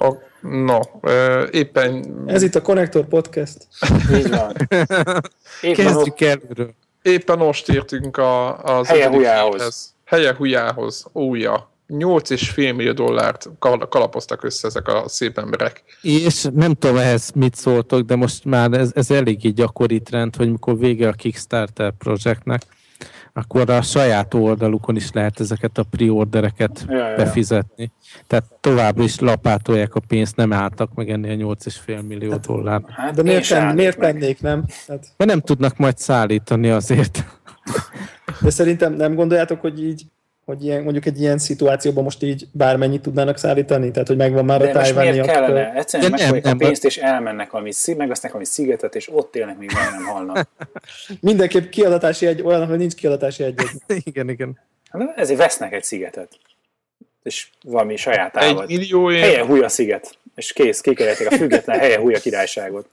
[SPEAKER 1] Éppen...
[SPEAKER 4] Ez itt a Connector Podcast.
[SPEAKER 2] Így van.
[SPEAKER 3] Kezdjük előről.
[SPEAKER 1] Éppen most értünk az Helye-Hujához. Ója. $8,5 millió kalapoztak össze ezek a szép emberek.
[SPEAKER 3] És nem tudom ehhez mit szóltok, de most már ez eléggé gyakori trend, hogy mikor vége a Kickstarter projektnek, akkor a saját oldalukon is lehet ezeket a pre-ordereket befizetni. Tehát továbbra is lapátolják a pénzt, nem álltak meg ennél a $8,5 millió.
[SPEAKER 4] Hát, de miért tennék, nem? Hát...
[SPEAKER 3] De nem tudnak majd szállítani azért.
[SPEAKER 4] De szerintem nem gondoljátok, hogy így hogy ilyen, mondjuk egy ilyen szituációban most így bármennyit tudnának szállítani? Tehát, hogy megvan már a tájváni...
[SPEAKER 2] De miért kellene? Egyszerűen megfogják a pénzt, és elmennek megvesznek valami szigetet, és ott élnek, míg nem halnak.
[SPEAKER 4] Mindenképp kiadatási egy, olyan, hogy nincs kiadatási egyet.
[SPEAKER 3] Igen.
[SPEAKER 2] Ezért vesznek egy szigetet. És valami saját állat.
[SPEAKER 1] 1 millióért...
[SPEAKER 2] Helye húj a sziget. És kész, kikerülték a független helye húj a királyságot.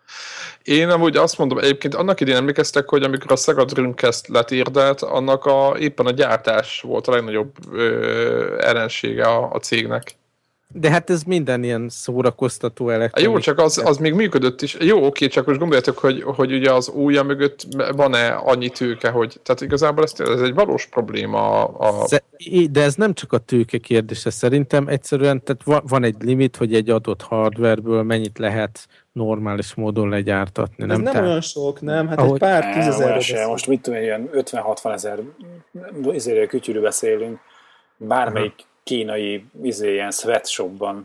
[SPEAKER 1] Én amúgy azt mondom, egyébként annak idén emlékeztek, hogy amikor a Sega Dreamcast letérdelt, annak éppen a gyártás volt a legnagyobb ellensége a cégnek.
[SPEAKER 3] De hát ez minden ilyen szórakoztató elektronik.
[SPEAKER 1] Jó, csak az még működött is. Jó, oké, csak most gondoljátok, hogy ugye az ujja mögött van-e annyi tőke, hogy... Tehát igazából ez egy valós probléma.
[SPEAKER 3] De ez nem csak a tőke kérdése szerintem, egyszerűen tehát van egy limit, hogy egy adott hardwareből mennyit lehet normális módon legyártatni.
[SPEAKER 4] Ez nem olyan sok, nem? Hát egy pár tízezerre.
[SPEAKER 2] Most mit tudom, ilyen 50-60 ezer kütyűről beszélünk. Bármelyik kínai ilyen sweatshopban.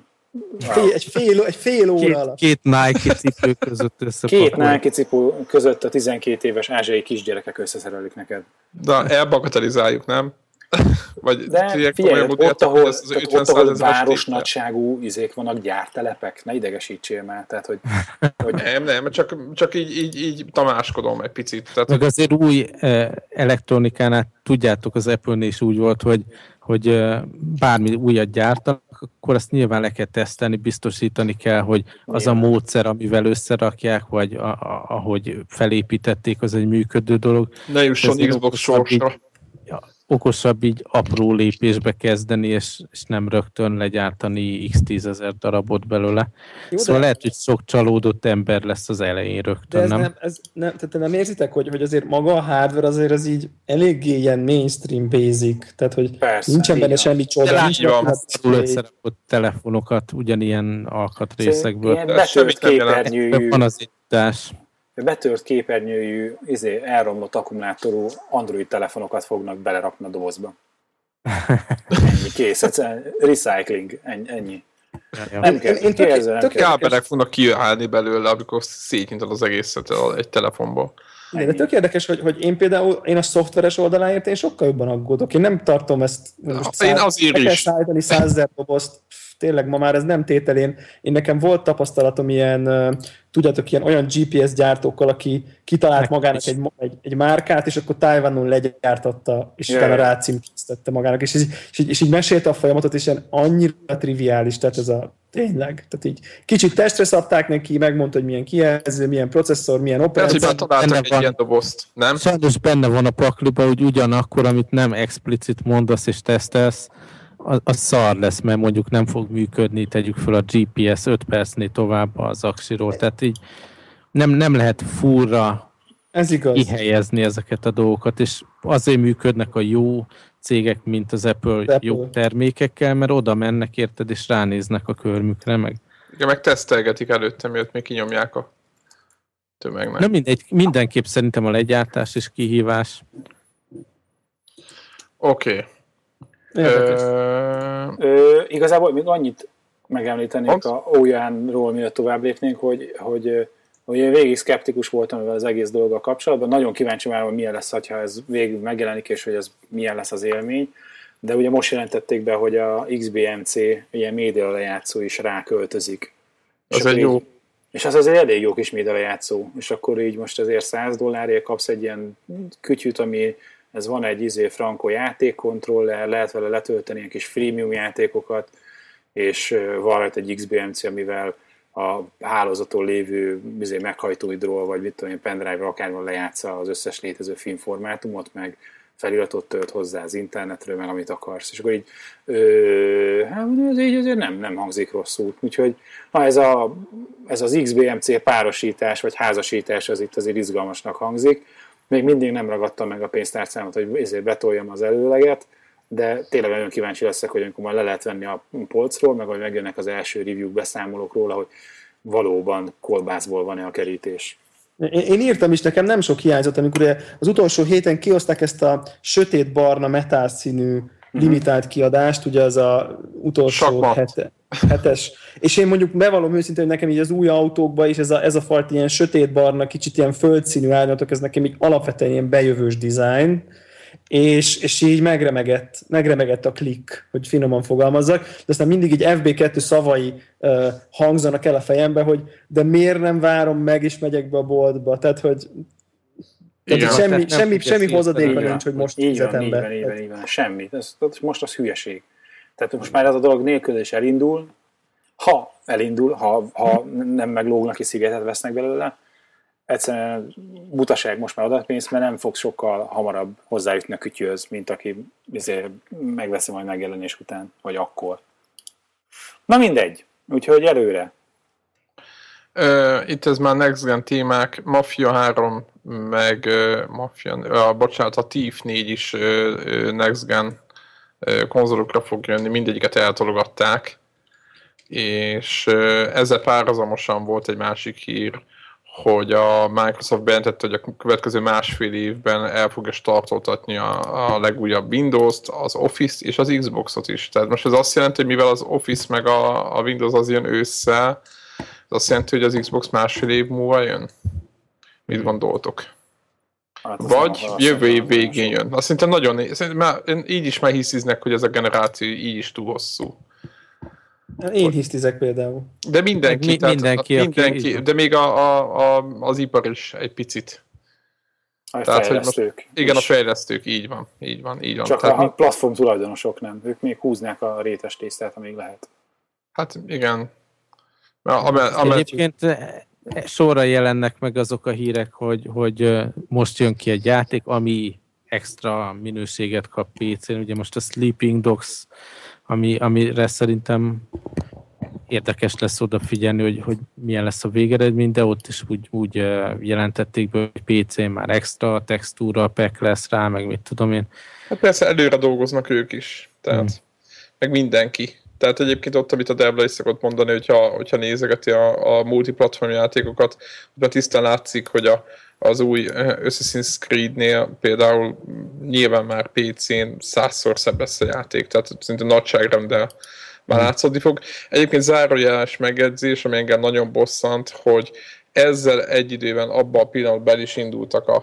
[SPEAKER 4] Egy fél óra alatt.
[SPEAKER 3] Két Nike cipő között összepakolni.
[SPEAKER 2] Két Nike cipő között a 12 éves ázsiai kisgyerekek összeszerelik neked.
[SPEAKER 1] De elbagatelizáljuk, nem? Vagy
[SPEAKER 2] de figyelj, ott, ahol város nagyságú izék vannak, gyártelepek, ne idegesítsél már. Tehát, hogy...
[SPEAKER 1] Nem, csak így tamáskodom egy picit. Tehát,
[SPEAKER 3] meg azért új elektronikánál, tudjátok, az Apple-nél is úgy volt, hogy bármi újat gyártanak, akkor azt nyilván le kell tesztelni, biztosítani kell, hogy az a módszer, amivel összerakják, vagy ahogy felépítették, az egy működő dolog.
[SPEAKER 1] Ne jusson Xbox sorsra.
[SPEAKER 3] Okosabb így apró lépésbe kezdeni, és nem rögtön legyártani x 10,000 darabot belőle. Jó, szóval lehet, hogy sok csalódott ember lesz az elején rögtön,
[SPEAKER 4] de tehát nem érzitek, hogy azért maga a hardware azért az így eléggé ilyen mainstream basic, tehát hogy
[SPEAKER 2] persze,
[SPEAKER 4] nincsen benne semmi csoda.
[SPEAKER 3] Összerakott telefonokat ugyanilyen alkatrészekből.
[SPEAKER 2] Ilyen betört képernyőjű.
[SPEAKER 3] Van az itás.
[SPEAKER 2] Betört képernyőjű, elromlott akkumulátorú Android telefonokat fognak belerakni a dobozba. Ennyi, kész. Recycling, ennyi. Nem kell.
[SPEAKER 1] Kábelek fognak kiállni belőle, amikor szétnyitod az egészet egy telefonból.
[SPEAKER 4] De tök érdekes, hogy én például a szoftveres oldaláért én sokkal jobban aggódok. Én nem tartom ezt most
[SPEAKER 1] kell
[SPEAKER 4] szállítani 100 000 dobozt. Tényleg ma már ez nem tétel. Én nekem volt tapasztalatom ilyen, tudjátok, ilyen olyan GPS gyártókkal, aki kitalált magának egy márkát, és akkor Tajvanon legyártatta, és utána rácímkéztette magának. És így mesélte a folyamatot, és ilyen annyira triviális, tehát ez a tényleg. Tehát így kicsit testre szabták neki, megmondta, hogy milyen kijelző, milyen processzor, milyen operáció.
[SPEAKER 1] Hát, hogy találtak egy ilyen dobozt, nem?
[SPEAKER 3] Sajnos benne van a pakliba, hogy ugyanakkor, amit nem explicit mondasz és tesztelsz, az szar lesz, mert mondjuk nem fog működni, tegyük fel a GPS 5 percnél tovább az aksiról, tehát így nem lehet furra kihelyezni ezeket a dolgokat, és azért működnek a jó cégek, mint az Apple jó termékekkel, mert oda mennek, érted, és ránéznek a körmükre,
[SPEAKER 1] meg tesztelgetik előtte, mielőtt még kinyomják a tömegnek.
[SPEAKER 3] Na mindegy, mindenképp szerintem a legyártás és kihívás.
[SPEAKER 1] Oké.
[SPEAKER 2] Igazából még annyit megemlítenék a Ojanról, mielőtt tovább lépnénk, hogy én végig szkeptikus voltam az egész dologgal kapcsolatban. Nagyon kíváncsi várom, hogy milyen lesz, ha ez végig megjelenik, és hogy ez milyen lesz az élmény. De ugye most jelentették be, hogy a XBMC ilyen média lejátszó is ráköltözik.
[SPEAKER 1] Az egy jó.
[SPEAKER 2] És az azért elég jó kis média lejátszó. És akkor így most ezért $100 kapsz egy ilyen kütyűt, ami ez van egy frankó játékkontroller, lehet vele letölteni ilyen kis freemium játékokat, és van rajta egy XBMC, amivel a hálózaton lévő meghajtóidról, vagy mit tudom én, pendrive-ra akárban lejátsza az összes létező filmformátumot, meg feliratot tölt hozzá az internetről, meg amit akarsz. És akkor így, ez így azért nem hangzik rosszul. Úgyhogy ez az XBMC párosítás, vagy házasítás, az itt azért izgalmasnak hangzik. Még mindig nem ragadtam meg a pénztárcámat, hogy ezért betoljam az előleget, de tényleg nagyon kíváncsi leszek, hogy amikor már le lehet venni a polcról, meg hogy megjönnek az első review beszámolók róla, hogy valóban kolbászból van-e a kerítés.
[SPEAKER 4] Én írtam is, nekem nem sok hiányzott, amikor az utolsó héten kioszták ezt a sötét-barna metál színű limitált kiadást, ugye az a utolsó hetes. És én mondjuk bevallom őszintén, hogy nekem így az új autókban is ez a fajta ilyen sötét-barna, kicsit ilyen földszínű árnyatok, ez nekem így alapvetően ilyen bejövős design, és így megremegett a klikk, hogy finoman fogalmazzak, de aztán mindig így FB2 szavai hangzanak el a fejembe, hogy de miért nem várom meg, és megyek be a boltba, tehát hogy semmi hozadéka nincs, hogy most fizetem be.
[SPEAKER 2] Így van, semmi. Most az hülyeség. Tehát most már ez a dolog nélkül is elindul, ha nem meglógnak ki szigetet vesznek belőle, egyszerűen butaság most már adatpénzt, mert nem fog sokkal hamarabb hozzájutni a kütyőhöz, mint aki megveszi majd megjelenés után, vagy akkor. Na mindegy, úgyhogy előre.
[SPEAKER 1] Itt ez már Next Gen témák, Mafia 3, meg a Thief 4 is Next Gen konzolokra fog jönni, mindegyiket eltologatták, és ezzel párhuzamosan volt egy másik hír, hogy a Microsoft bejelentette, hogy a következő másfél évben el fogja startoltatni a legújabb Windows-t, az Office-t és az Xbox-ot is. Tehát most ez azt jelenti, hogy mivel az Office meg a Windows az jön ősszel, ez azt jelenti, hogy az Xbox másfél év múlva jön? Mit gondoltok? Hát vagy jövő év végén jön. Azt szerintem nagyon így is már hisziznek, hogy ez a generáció így is túl hosszú.
[SPEAKER 4] Én hisztizek például.
[SPEAKER 1] De mindenki, de még az ipar is egy picit.
[SPEAKER 2] A fejlesztők.
[SPEAKER 1] Igen, a fejlesztők, így van.
[SPEAKER 2] Csak tehát a platform tulajdonosok nem. Ők még húznák a rétes tésztát, amíg lehet.
[SPEAKER 1] Hát igen.
[SPEAKER 3] Egyébként sorra jelennek meg azok a hírek, hogy most jön ki egy játék, ami extra minőséget kap PC-n. Ugye most a Sleeping Dogs, amire szerintem érdekes lesz odafigyelni, hogy milyen lesz a végeredmény, de ott is úgy jelentették be, hogy PC-n már extra textúra, pack lesz rá, meg mit tudom én.
[SPEAKER 1] Hát persze előre dolgoznak ők is, tehát meg mindenki. Tehát egyébként ott, amit a Debla is szokott mondani, hogyha nézegeti a multiplatform játékokat, de tisztán látszik, hogy az új Assassin's Creed-nél például nyilván már PC-n 100-szor szebb lesz a játék, tehát szinte nagyságrendel már látszódni fog. Egyébként zárójeles megjegyzés, ami engem nagyon bosszant, hogy ezzel egy időben abban a pillanatban el is indultak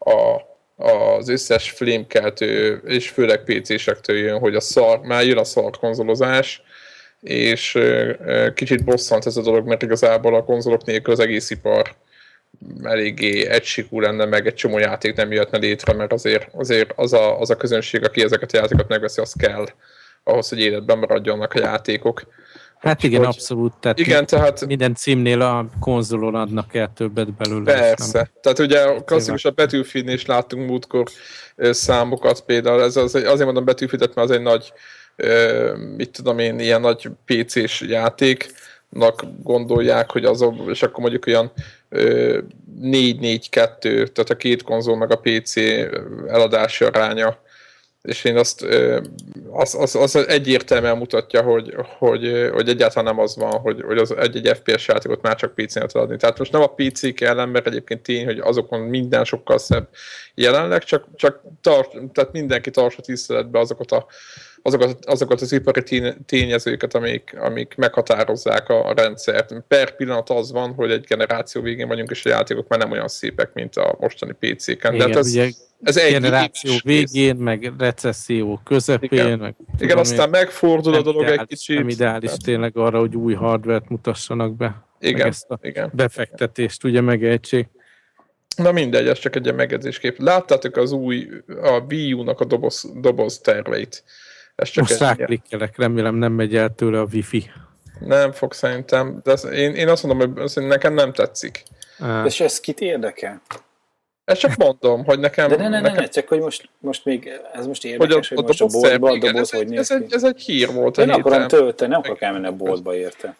[SPEAKER 1] az összes flémkeltő, és főleg PC-sektől jön, hogy már jön a szar konzolozás, és kicsit bosszant ez a dolog, mert igazából a konzolok nélkül az egész ipar eléggé egysikú lenne, meg egy csomó játék nem jöhetne létre, mert azért az a közönség, aki ezeket a játékokat megveszi, az kell ahhoz, hogy életben maradjanak a játékok.
[SPEAKER 3] Hát igen, abszolút. Tehát minden címnél a konzolon adnak el többet belőle.
[SPEAKER 1] Persze. Tehát ugye klasszikus a Battlefieldnél is láttunk múltkor számokat például. Azért mondom Battlefieldet, mert az egy nagy, ilyen nagy PC-s játéknak gondolják, hogy és akkor mondjuk olyan 4-4-2, tehát a két konzol meg a PC eladási aránya, és én az egyértelműen mutatja, hogy egyáltalán nem az van, hogy az egy FPS játékot már csak PC-n lehet adni. Tehát most nem a PC ellen, mert egyébként tény, hogy azokon minden sokkal szebb jelenleg, csak tehát mindenki tartsa tiszteletbe azokat az ipari tényezőket, amik meghatározzák a rendszert. Per pillanat az van, hogy egy generáció végén vagyunk, és a játékok már nem olyan szépek, mint a mostani PC-ken.
[SPEAKER 3] Igen, ez egy generáció végén, meg recesszió közepén.
[SPEAKER 1] Igen, aztán megfordul a dolog egy kicsit.
[SPEAKER 3] Nem ideális tényleg arra, hogy új hardvert mutassanak be.
[SPEAKER 1] Igen,
[SPEAKER 3] meg ezt a befektetést ugye megejtsék.
[SPEAKER 1] Na mindegy, ez csak egy ilyen megjegyzéskép. Láttátok a Wii U-nak a doboz terveit?
[SPEAKER 3] Most ráklikkelek, remélem nem megy el tőle a Wi-Fi.
[SPEAKER 1] Nem fog szerintem, de én azt mondom, hogy nekem nem tetszik.
[SPEAKER 2] És ez kit érdekel?
[SPEAKER 1] Ezt csak mondom, hogy nekem...
[SPEAKER 2] De ne, csak hogy most még, ez most érdekes, hogy most a boltba a doboz hogy néz ki.
[SPEAKER 1] Ez egy hír volt.
[SPEAKER 2] Én akarom tölteni, nem akarok elmenni a boltba érte.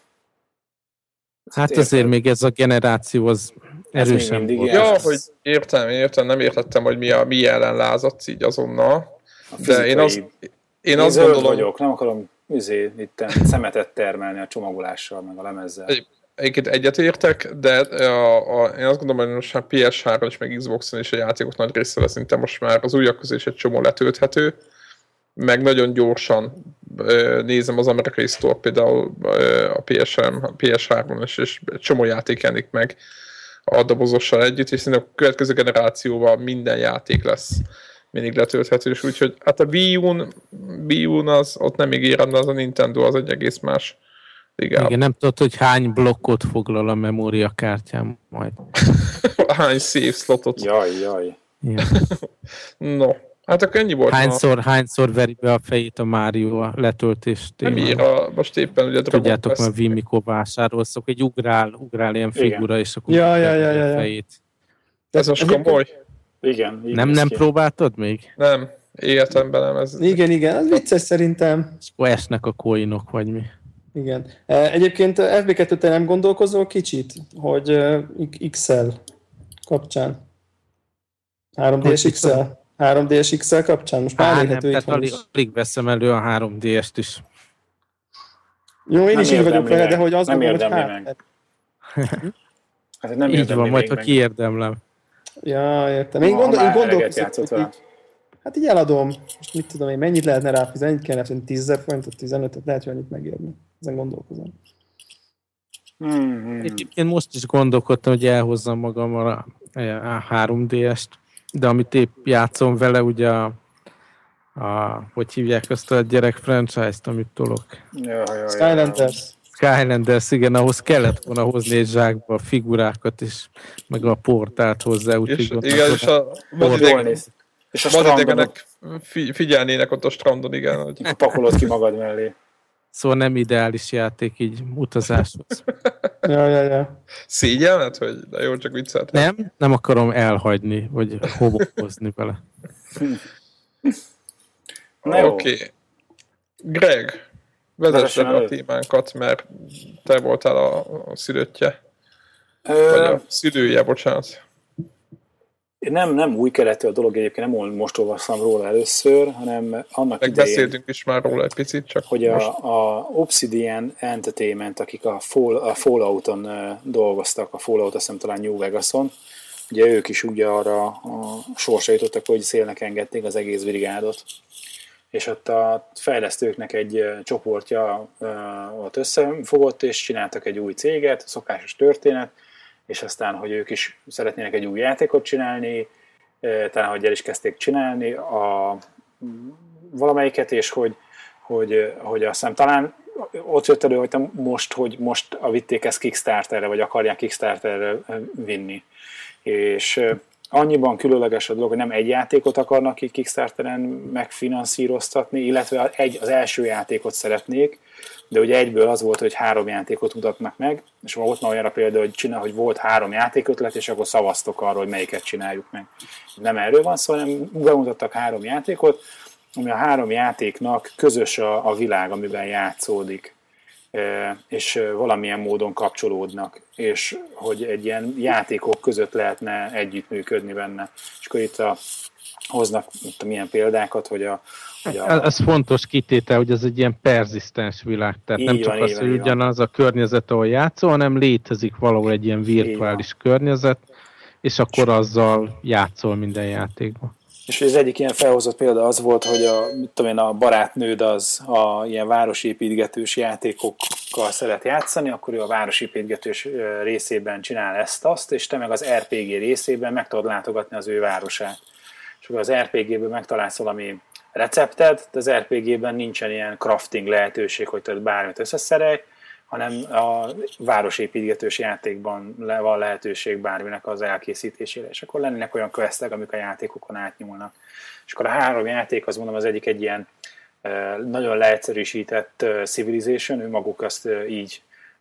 [SPEAKER 3] Hát azért még ez a generáció az erősen volt.
[SPEAKER 1] Ja, hogy értem, nem értettem, hogy mi ellen lázadsz így azonnal. De én azt gondolom...
[SPEAKER 2] vagyok, nem akarom itt szemetet termelni a csomagolással, meg a lemezzel.
[SPEAKER 1] Egyébként egyetértek, de én azt gondolom, hogy most már PS3-on és meg Xboxon is a játékok nagy része szinte most már az újak közé is egy csomó letölthető, meg nagyon gyorsan nézem az amerikai store például a PS3-on és egy csomó játék jelenik meg a dobozossal együtt, és szerintem a következő generációval minden játék lesz mindig letölthetős, úgyhogy hát a Wii U-n az ott nem ígérem, de az a Nintendo az egy egész más ligában.
[SPEAKER 3] Igen, nem tudod, hogy hány blokkot foglal a memóriakártyám majd.
[SPEAKER 1] Hány save slotot.
[SPEAKER 2] Jaj.
[SPEAKER 3] Ja.
[SPEAKER 1] No, hát akkor ennyi volt.
[SPEAKER 3] Hányszor veri be a fejét a Mario a letöltést?
[SPEAKER 1] Nem ír, most éppen ugye
[SPEAKER 3] tudjátok, mert Wii mikor vásárolsz, egy ugrál ilyen figura, és akkor
[SPEAKER 4] ja.
[SPEAKER 3] a fejét.
[SPEAKER 1] Ez most komoly?
[SPEAKER 2] Igen.
[SPEAKER 3] Nem próbáltad még?
[SPEAKER 1] Nem, életemben nem. Ez...
[SPEAKER 4] Igen, az vicces szerintem.
[SPEAKER 3] És akkor esnek a coinok, vagy mi?
[SPEAKER 4] Igen. Egyébként FB2 te nem gondolkozol kicsit, hogy XL kapcsán? 3DS XL? 3DS XL kapcsán? Most már elérhető
[SPEAKER 3] nem, alig veszem elő a 3DS-t is.
[SPEAKER 4] Jó, én is így vagyok vele, de hogy azt
[SPEAKER 2] nem
[SPEAKER 4] gondolom, hogy
[SPEAKER 2] hát nem
[SPEAKER 3] így van, majd ha kiérdemlem.
[SPEAKER 4] Ja, értem. Én gondolkozom, hogy hát így eladom. Most mit tudom én, mennyit lehetne rá fizetni? Ennyit kellene fizetni, 10 000 forintot, 15-öt, lehet, hogy annyit megérni. Ezen gondolkozom.
[SPEAKER 3] Egyébként most is gondolkodtam, hogy elhozzam magam a 3DS-t, de amit épp játszom vele, ugye hogy hívják azt a gyerek franchise-t, amit tolok? Skylanders, igen, ahhoz kellett volna hozni egy zsákba a figurákat is, meg a portált hozzá.
[SPEAKER 1] Igen, és a vadidegenek figyelnének ott a strandon, igen. Hogy...
[SPEAKER 2] Pakolod ki magad mellé.
[SPEAKER 3] Szóval nem ideális játék így utazáshoz.
[SPEAKER 4] Ja.
[SPEAKER 1] Szégyelmet, hogy de jó, csak vicceltem.
[SPEAKER 3] Nem akarom elhagyni, vagy homokozni vele.
[SPEAKER 1] Oké. Greg, vezess le a témánkat, mert te voltál a szülöttje. Vagy a szülője, bocsánat.
[SPEAKER 2] Nem új keletű a dolog, egyébként nem most olvastam róla először, hanem annak idején...
[SPEAKER 1] Beszéltünk is már róla egy picit, csak
[SPEAKER 2] hogy a Obsidian Entertainment, akik a Fallout-on dolgoztak, a Fallout azt hiszem talán New Vegason, ugye ők is ugye arra a sorsra jutottak, hogy szélnek engedték az egész brigádot. És ott a fejlesztőknek egy csoportja ott összefogott, és csináltak egy új céget, szokásos történet, és aztán, hogy ők is szeretnének egy új játékot csinálni, talán, hogy el is kezdték csinálni valamelyiket, és hogy azt hiszem talán ott jött elő, hogy most vitték ezt Kickstarterre, vagy akarják Kickstarterre vinni. És annyiban különleges a dolog, hogy nem egy játékot akarnak így Kickstarteren megfinanszíroztatni, illetve az első játékot szeretnék, de ugye egyből az volt, hogy 3 játékot mutatnak meg, és volt már olyanra például, hogy volt 3 játékötlet, és akkor szavaztok arról, hogy melyiket csináljuk meg. Nem erről van szó, hanem bemutattak 3 játékot, ami a 3 játéknak közös a világ, amiben játszódik, és valamilyen módon kapcsolódnak, és hogy egy ilyen játékok között lehetne együttműködni benne. És akkor itt hoznak milyen példákat, hogy
[SPEAKER 3] Ez fontos kitétel, hogy ez egy ilyen perzisztens világ, tehát nem csak az, hogy ugyanaz a környezet, ahol játszol, hanem létezik valahol egy ilyen virtuális környezet, és akkor azzal játszol minden játékban.
[SPEAKER 2] És az egyik ilyen felhozott példa az volt, hogy a barátnőd az ilyen városépítgetős játékokkal szeret játszani, akkor ő a városépítgetős részében csinál ezt-azt, és te meg az RPG részében meg tudod látogatni az ő városát. És akkor az RPG-ből megtalálsz valami recepted, de az RPG-ben nincsen ilyen crafting lehetőség, hogy tudod bármit összeszerelj, hanem a városépítgetős játékban van lehetőség bárminek az elkészítésére, és akkor lennének olyan questek, amik a játékokon átnyúlnak. És akkor a 3 játék, az mondom, az egyik egy ilyen nagyon leegyszerűsített Civilization, ő maguk azt így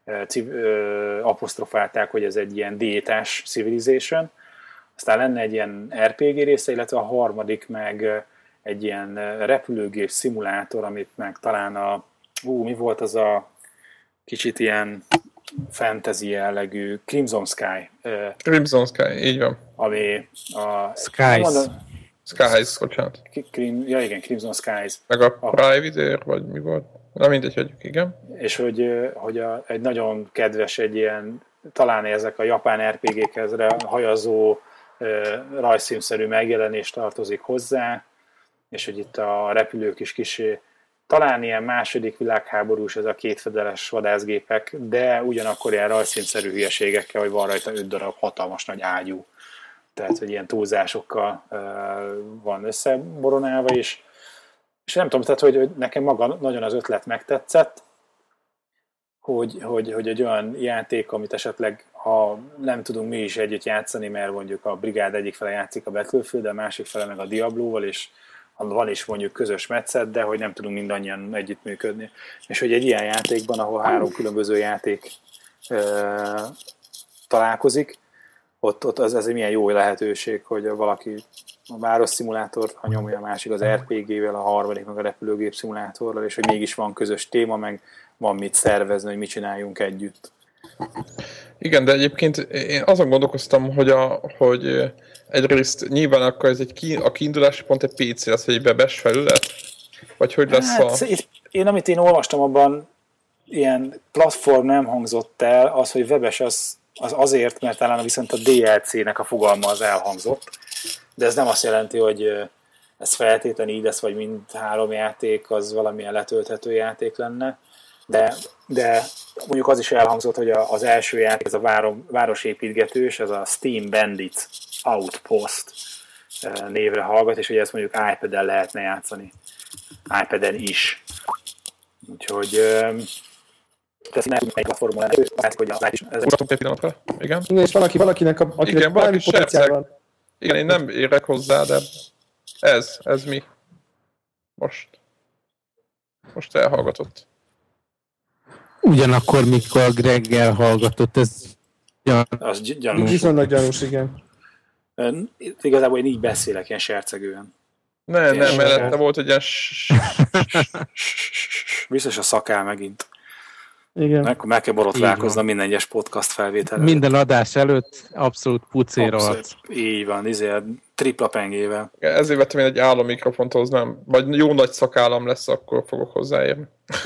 [SPEAKER 2] apostrofálták, hogy ez egy ilyen diétás Civilization, aztán lenne egy ilyen RPG része, illetve a harmadik meg egy ilyen repülőgép szimulátor, amit meg talán mi volt az a kicsit ilyen fantasy jellegű Crimson Sky.
[SPEAKER 1] Crimson Sky, így van.
[SPEAKER 2] Ami a...
[SPEAKER 1] Skies, bocsánat.
[SPEAKER 2] Igen, Crimson Skies.
[SPEAKER 1] Meg a Private, vagy mi volt? Na mindegy, hogy igen.
[SPEAKER 2] És hogy egy nagyon kedves, egy ilyen, talán ezek a japán RPG-khez hajazó rajzszínszerű megjelenés tartozik hozzá, és hogy itt a repülők is kicsi, talán ilyen második világháborús ez a kétfedeles vadászgépek, de ugyanakkor ilyen rajzszínszerű hülyeségekkel, hogy van rajta 5 darab hatalmas nagy ágyú. Tehát, hogy ilyen túlzásokkal van összeboronálva, és nem tudom, tehát, hogy nekem maga nagyon az ötlet megtetszett, hogy egy olyan játék, amit esetleg, ha nem tudunk mi is együtt játszani, mert mondjuk a brigád egyik fele játszik a Battlefield, de a másik fele meg a Diablo-val, és van is mondjuk közös metszet, de hogy nem tudunk mindannyian együttműködni. És hogy egy ilyen játékban, ahol 3 különböző játék találkozik, ott ez egy milyen jó lehetőség, hogy valaki a városszimulátort, ha nyomja, a másik az RPG-vel, a harmadik meg a repülőgép szimulátorral, és hogy mégis van közös téma, meg van mit szervezni, hogy mit csináljunk együtt.
[SPEAKER 1] Igen, de egyébként én azon gondolkoztam, hogy egyrészt nyilván akkor ez a kiindulási pont egy PC lesz, vagy egy webes felület? Vagy hogy lesz
[SPEAKER 2] amit én olvastam abban, ilyen platform nem hangzott el, az, hogy webes az azért, mert talán viszont a DLC-nek a fogalma az elhangzott, de ez nem azt jelenti, hogy ez feltétlenül így lesz, vagy mind 3 játék, az valamilyen letölthető játék lenne, de mondjuk az is elhangzott, hogy az első játék, ez a városépítgetős, ez a Steam Bandits Outpost névre hallgat, és hogy ezt mondjuk iPad-en lehetne játszani. iPad-en is. Úgyhogy ez nem egy platformon lenne, hogy ez
[SPEAKER 1] Húztatok egy pillanatra? Igen?
[SPEAKER 4] Igen, és valakinek
[SPEAKER 1] Igen, valaki serceg. Igen, én nem érek hozzá, de ez mi? Most elhallgatott.
[SPEAKER 3] Ugyanakkor, mikor Greg elhallgatott, ez
[SPEAKER 2] az gyanús.
[SPEAKER 4] Viszonylag gyanús, igen.
[SPEAKER 2] Igazából én így beszélek, ilyen sercegően.
[SPEAKER 1] Nem, mellette volt egy ilyen
[SPEAKER 2] biztos a szakál megint.
[SPEAKER 4] Igen.
[SPEAKER 2] Akkor meg kell borotválkoznom minden egyes podcast felvétel.
[SPEAKER 3] Minden adás előtt abszolút pucér arc.
[SPEAKER 2] Így van, tripla pengével.
[SPEAKER 1] Ezért vettem én egy állammikrofont hoznám, vagy jó nagy szakállam lesz, akkor fogok hozzáérni.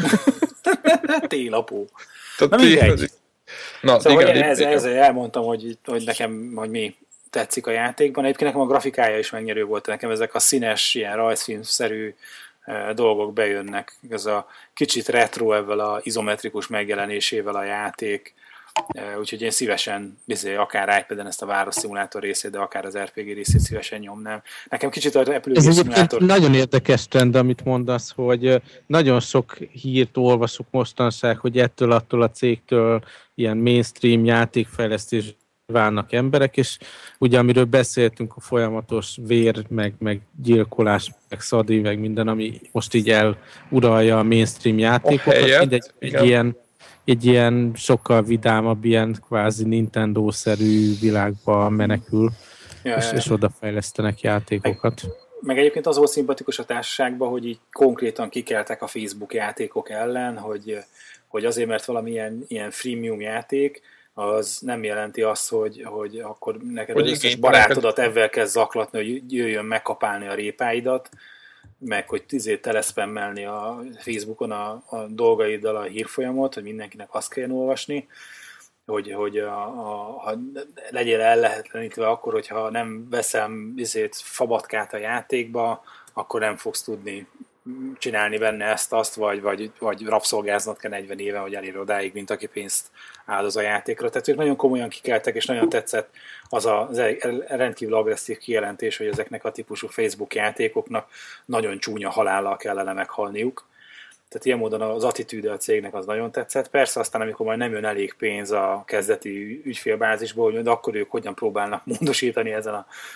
[SPEAKER 2] Télapó.
[SPEAKER 1] Na mindegy. Na,
[SPEAKER 2] szóval
[SPEAKER 1] igen,
[SPEAKER 2] ezzel elmondtam, hogy nekem, hogy mi tetszik a játékban. Egyébként nekem a grafikája is megnyerő volt. Nekem ezek a színes, ilyen rajzfilmszerű dolgok bejönnek. Ez a kicsit retro ezzel az izometrikus megjelenésével a játék. Úgyhogy én szívesen, akár iPad-en ezt a városszimulátor részét, de akár az RPG részét szívesen nyomnám. Nekem kicsit a repülőgép szimulátor...
[SPEAKER 3] Ez nagyon érdekes trend, amit mondasz, hogy nagyon sok hírt olvasok mostanság, hogy attól a cégtől ilyen mainstream játékfejlesztés válnak emberek, és ugye amiről beszéltünk, a folyamatos vér, meg gyilkolás, meg szadi, meg minden, ami most így eluralja a mainstream játékokat, egy ilyen sokkal vidámabb, ilyen kvázi Nintendo-szerű világba menekül, és odafejlesztenek játékokat.
[SPEAKER 2] Meg egyébként az volt szimpatikus a társaságban, hogy így konkrétan kikeltek a Facebook játékok ellen, hogy azért, mert valamilyen ilyen freemium játék, az nem jelenti azt, hogy akkor neked az összes barátodat ezzel kell zaklatni, hogy jöjjön megkapálni a répáidat, meg hogy teleszpammelni a Facebookon a dolgaiddal a hírfolyamot, hogy mindenkinek azt kell olvasni, hogy ha legyél ellehetetlenítve akkor, hogyha nem veszem fabatkát a játékba, akkor nem fogsz tudni csinálni benne ezt-azt, vagy rabszolgáznod kell 40 éve, hogy elér odáig, mint aki pénzt áldoz a játékra. Tehát ők nagyon komolyan kikeltek, és nagyon tetszett az rendkívül agresszív kijelentés, hogy ezeknek a típusú Facebook játékoknak nagyon csúnya halállal kellene meghalniuk. Tehát ilyen módon az attitűde a cégnek az nagyon tetszett. Persze aztán, amikor majd nem jön elég pénz a kezdeti ügyfélbázisból, hogy akkor ők hogyan próbálnak módosítani ezen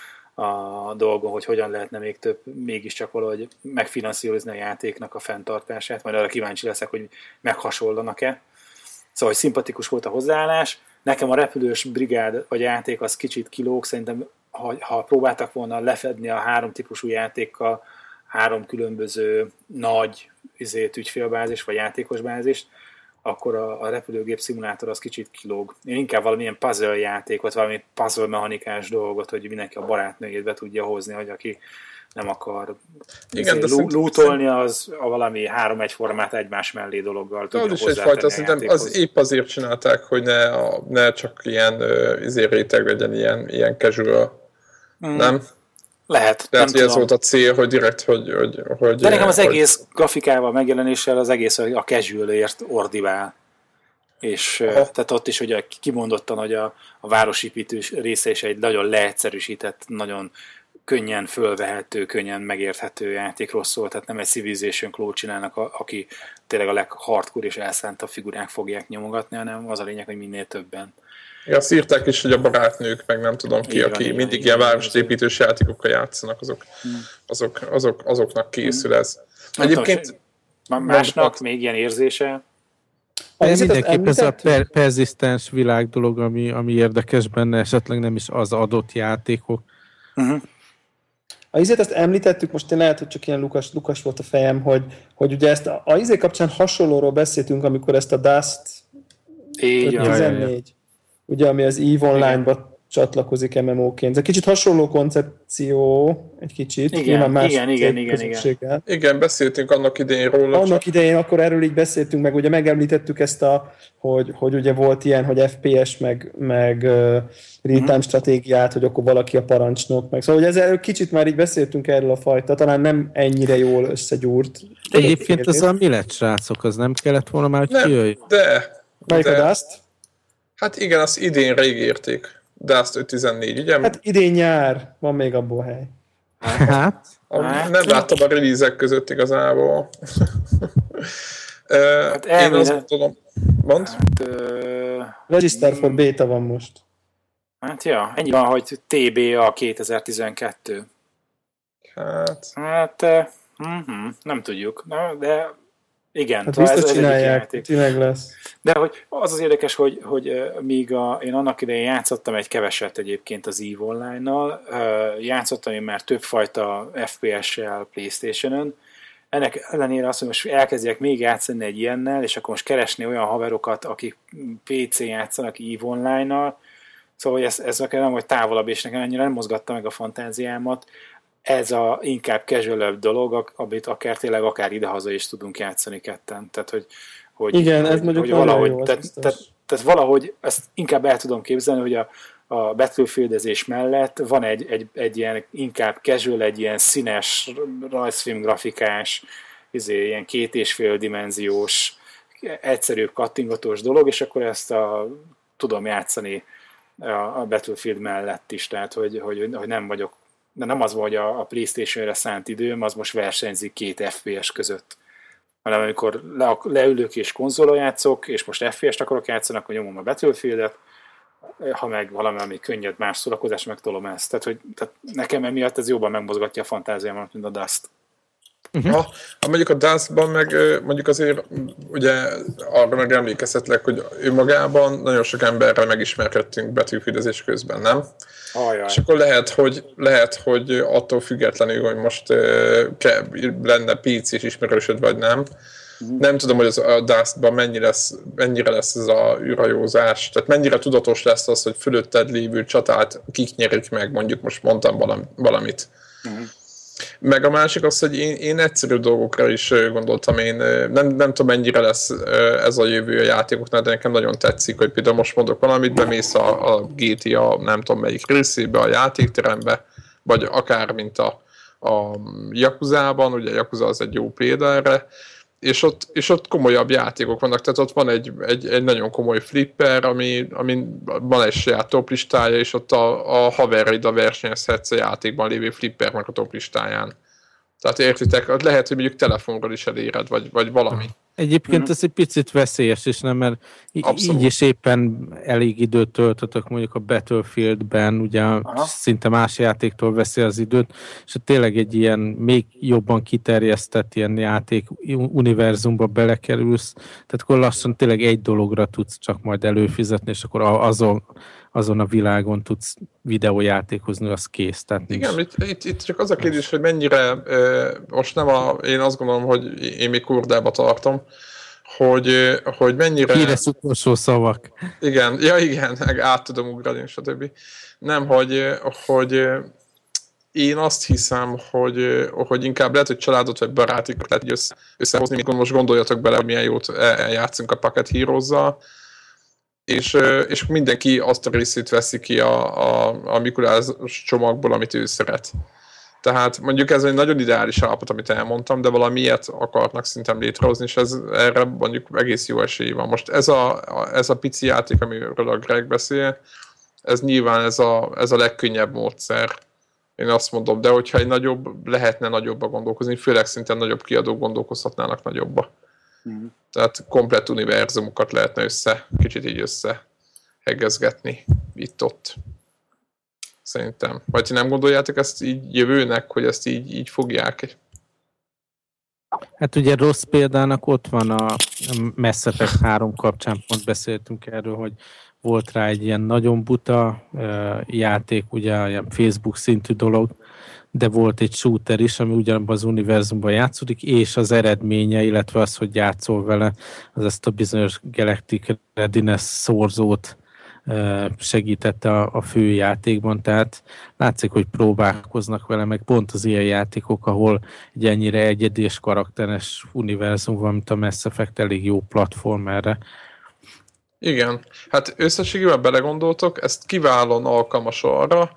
[SPEAKER 2] a dolgon, hogy hogyan lehetne még mégiscsak valahogy megfinanszírozni a játéknak a fenntartását, majd arra kíváncsi leszek, hogy meghasonlanak-e. Szóval, hogy szimpatikus volt a hozzáállás. Nekem a repülős brigád vagy játék az kicsit kilóg, szerintem ha próbáltak volna lefedni a 3 típusú játékkal 3 különböző nagy ügyfélbázis vagy játékos bázist, akkor a repülőgép szimulátor az kicsit kilóg. Én inkább valamilyen puzzle játékot, valami puzzle mechanikás dolgot, hogy mindenki a barátnőjét be tudja hozni, hogy aki nem akar lootolni, az a valami 3 egyformát egymás mellé dologgal tudja hozzátenni a játékhoz.
[SPEAKER 1] Szerintem az épp azért csinálták, hogy ne csak ilyen réteg legyen, ilyen casual. Nem?
[SPEAKER 2] Lehet.
[SPEAKER 1] Tehát ez volt a cél, hogy direkt, hogy
[SPEAKER 2] de nekem az egész grafikával, megjelenéssel az egész a casualért ordibál. és tehát ott is ugye kimondottan, hogy a városépítős része is egy nagyon leegyszerűsített, nagyon könnyen fölvehető, könnyen megérthető játékról szól, tehát nem egy Civilization Claw csinálnak, aki tényleg a leghardcore és elszántabb figurák fogják nyomogatni, hanem az a lényeg, hogy minél többen.
[SPEAKER 1] Ja, azt írták is, hogy a barátnők, meg nem tudom ki, aki mindig ilyen városépítős játékokkal játszanak, azoknak készül ez. Egyébként
[SPEAKER 2] másnak még ilyen érzése?
[SPEAKER 3] Mindenképp ez a perzisztens világ dolog, ami érdekes benne, esetleg nem is az adott játékok.
[SPEAKER 4] Ezt említettük, most én lehet, hogy csak ilyen lukas volt a fejem, hogy ugye ezt a izé kapcsán hasonlóról beszéltünk, amikor ezt a Dust 14, ugye, ami az EVE Online-ba csatlakozik MMO-ként. Ez egy kicsit hasonló koncepció, egy kicsit.
[SPEAKER 2] Igen.
[SPEAKER 1] Igen, beszéltünk annak idején róla.
[SPEAKER 4] Annak idején akkor erről így beszéltünk, meg ugye megemlítettük ezt hogy ugye volt ilyen, hogy FPS, meg real-time stratégiát, hogy akkor valaki a parancsnok, meg szóval, hogy ezzel kicsit már így beszéltünk erről a fajta, talán nem ennyire jól összegyúrt.
[SPEAKER 3] Egyébként az a mi lett, srácok, az nem kellett volna már, hogy kijöjj?
[SPEAKER 4] Melyik a Dust?
[SPEAKER 1] Hát igen, azt idén ígérték. Dust 5.14, ugye? Hát
[SPEAKER 4] idén nyár, van még abból hely.
[SPEAKER 1] Nem láttam a release-ek között igazából. Én azt tudom. Mondd?
[SPEAKER 4] Register for Beta van most.
[SPEAKER 2] Hát ja, ennyi van, hogy TBA 2012. Hát nem tudjuk, de igen.
[SPEAKER 4] Hát biztos csinálják, tényleg lesz.
[SPEAKER 2] De hogy az érdekes, hogy míg én annak idején játszottam egy keveset egyébként az EVE Online-nal, játszottam én már többfajta FPS-sel PlayStation-ön, ennek ellenére azt, hogy most elkezdjek még játszani egy ilyennel, és akkor most keresni olyan haverokat, akik PC-n játszanak EVE Online-nal, szóval hogy ez nem vagy távolabb, és nekem ennyire nem mozgatta meg a fantáziámat. Ez a inkább casual dolog, amit tényleg akár idehaza is tudunk játszani ketten. Tehát,
[SPEAKER 4] igen, ez mondjuk
[SPEAKER 2] valahogy,
[SPEAKER 4] jó,
[SPEAKER 2] tehát valahogy ezt inkább el tudom képzelni, hogy a Battlefieldezés mellett van egy ilyen inkább casual, egy ilyen színes, rajzfilm grafikás, ilyen 2,5 dimenziós, egyszerűbb kattingatós dolog, és akkor ezt tudom játszani a Battlefield mellett is, tehát hogy nem vagyok, de nem az van, hogy a PlayStation-re szánt időm, az most versenyzik 2 FPS között. Hanem amikor leülök és konzolon játszok, és most FPS-t akarok játszani, akkor nyomom a Battlefieldet, ha meg valami, ami könnyed más szórakozás, megtolom ezt. Tehát nekem emiatt ez jobban megmozgatja a fantáziámat, mint a Dust.
[SPEAKER 1] Mondjuk a Dustban meg mondjuk azért ugye arra meg emlékezhetlek, hogy ő magában nagyon sok emberrel megismerkedtünk Battlefieldezés közben, nem? És akkor lehet, hogy attól függetlenül, hogy most lenne PC-s ismerősöd vagy nem. Nem tudom, hogy a Dustban mennyire lesz ez a űrhajózás, tehát mennyire tudatos lesz az, hogy fölötted lévő csatát kik nyerik meg, mondjuk most mondtam valamit. Meg a másik az, hogy én egyszerű dolgokra is gondoltam, én nem tudom mennyire lesz ez a jövő a játékoknál, de nekem nagyon tetszik, hogy például most mondok valamit, bemész a GTA nem tudom melyik részébe, a játékterembe, vagy akár mint a Yakuzában, ugye a Yakuza az egy jó példa erre, és ott komolyabb játékok vannak, tehát ott van egy nagyon komoly flipper, ami van egy saját toplistája, és ott a haverraid a versenyezhetsz a játékban lévő flippernek a toplistáján. Tehát értitek, lehet, hogy mondjuk telefonról is eléred, vagy valami.
[SPEAKER 3] Egyébként ez egy picit veszélyes is, nem? Mert így is éppen elég időt töltötök mondjuk a Battlefieldben, ugye szinte más játéktól veszi az időt, és tényleg egy ilyen még jobban kiterjesztett ilyen játék univerzumba belekerülsz, tehát akkor lassan tényleg egy dologra tudsz csak majd előfizetni, és akkor azon a világon tudsz videójátékozni, az kész. Tehát
[SPEAKER 1] igen, itt csak az a kérdés, hogy mennyire, most én azt gondolom, hogy én még kordába tartom, hogy mennyire...
[SPEAKER 3] Híres utolsó szavak.
[SPEAKER 1] Igen, meg át tudom ugrani, stb. Nem, hogy én azt hiszem, hogy inkább lehet, hogy családot vagy barátokat lehet összehozni, mikor most gondoljatok bele, hogy milyen jót játszunk a Pocket Heroes-zal, és mindenki azt a részét veszi ki a Mikulás csomagból, amit ő szeret. Tehát mondjuk ez egy nagyon ideális állapot, amit elmondtam, de valami ilyet akarnak szerintem létrehozni, és erre mondjuk egész jó esély van. Most ez a pici játék, amiről a Greg beszél, ez nyilván ez a legkönnyebb módszer. Én azt mondom, de hogyha lehetne nagyobba gondolkozni, főleg szintén nagyobb kiadók gondolkozhatnának nagyobba. Tehát komplett univerzumokat lehetne kicsit így összehegezgetni itt-ott. Szerintem. Vagy ti nem gondoljátok ezt így jövőnek, hogy ezt így fogják?
[SPEAKER 3] Hát ugye rossz példának ott van a Mass Effect 3 kapcsán, pont beszéltünk erről, hogy volt rá egy ilyen nagyon buta játék, ugye ilyen Facebook szintű dolog, de volt egy shooter is, ami ugyanabban az univerzumban játszódik, és az eredménye, illetve az, hogy játszol vele, az ezt a bizonyos Galactic Readiness szorzót segítette a fő játékban, tehát látszik, hogy próbálkoznak vele, meg pont az ilyen játékok, ahol egy ennyire egyedi és karakteres univerzum van, mint a Mass Effect, elég jó platform erre.
[SPEAKER 1] Igen, hát összességében belegondoltok, ezt kiválóan alkalmas arra,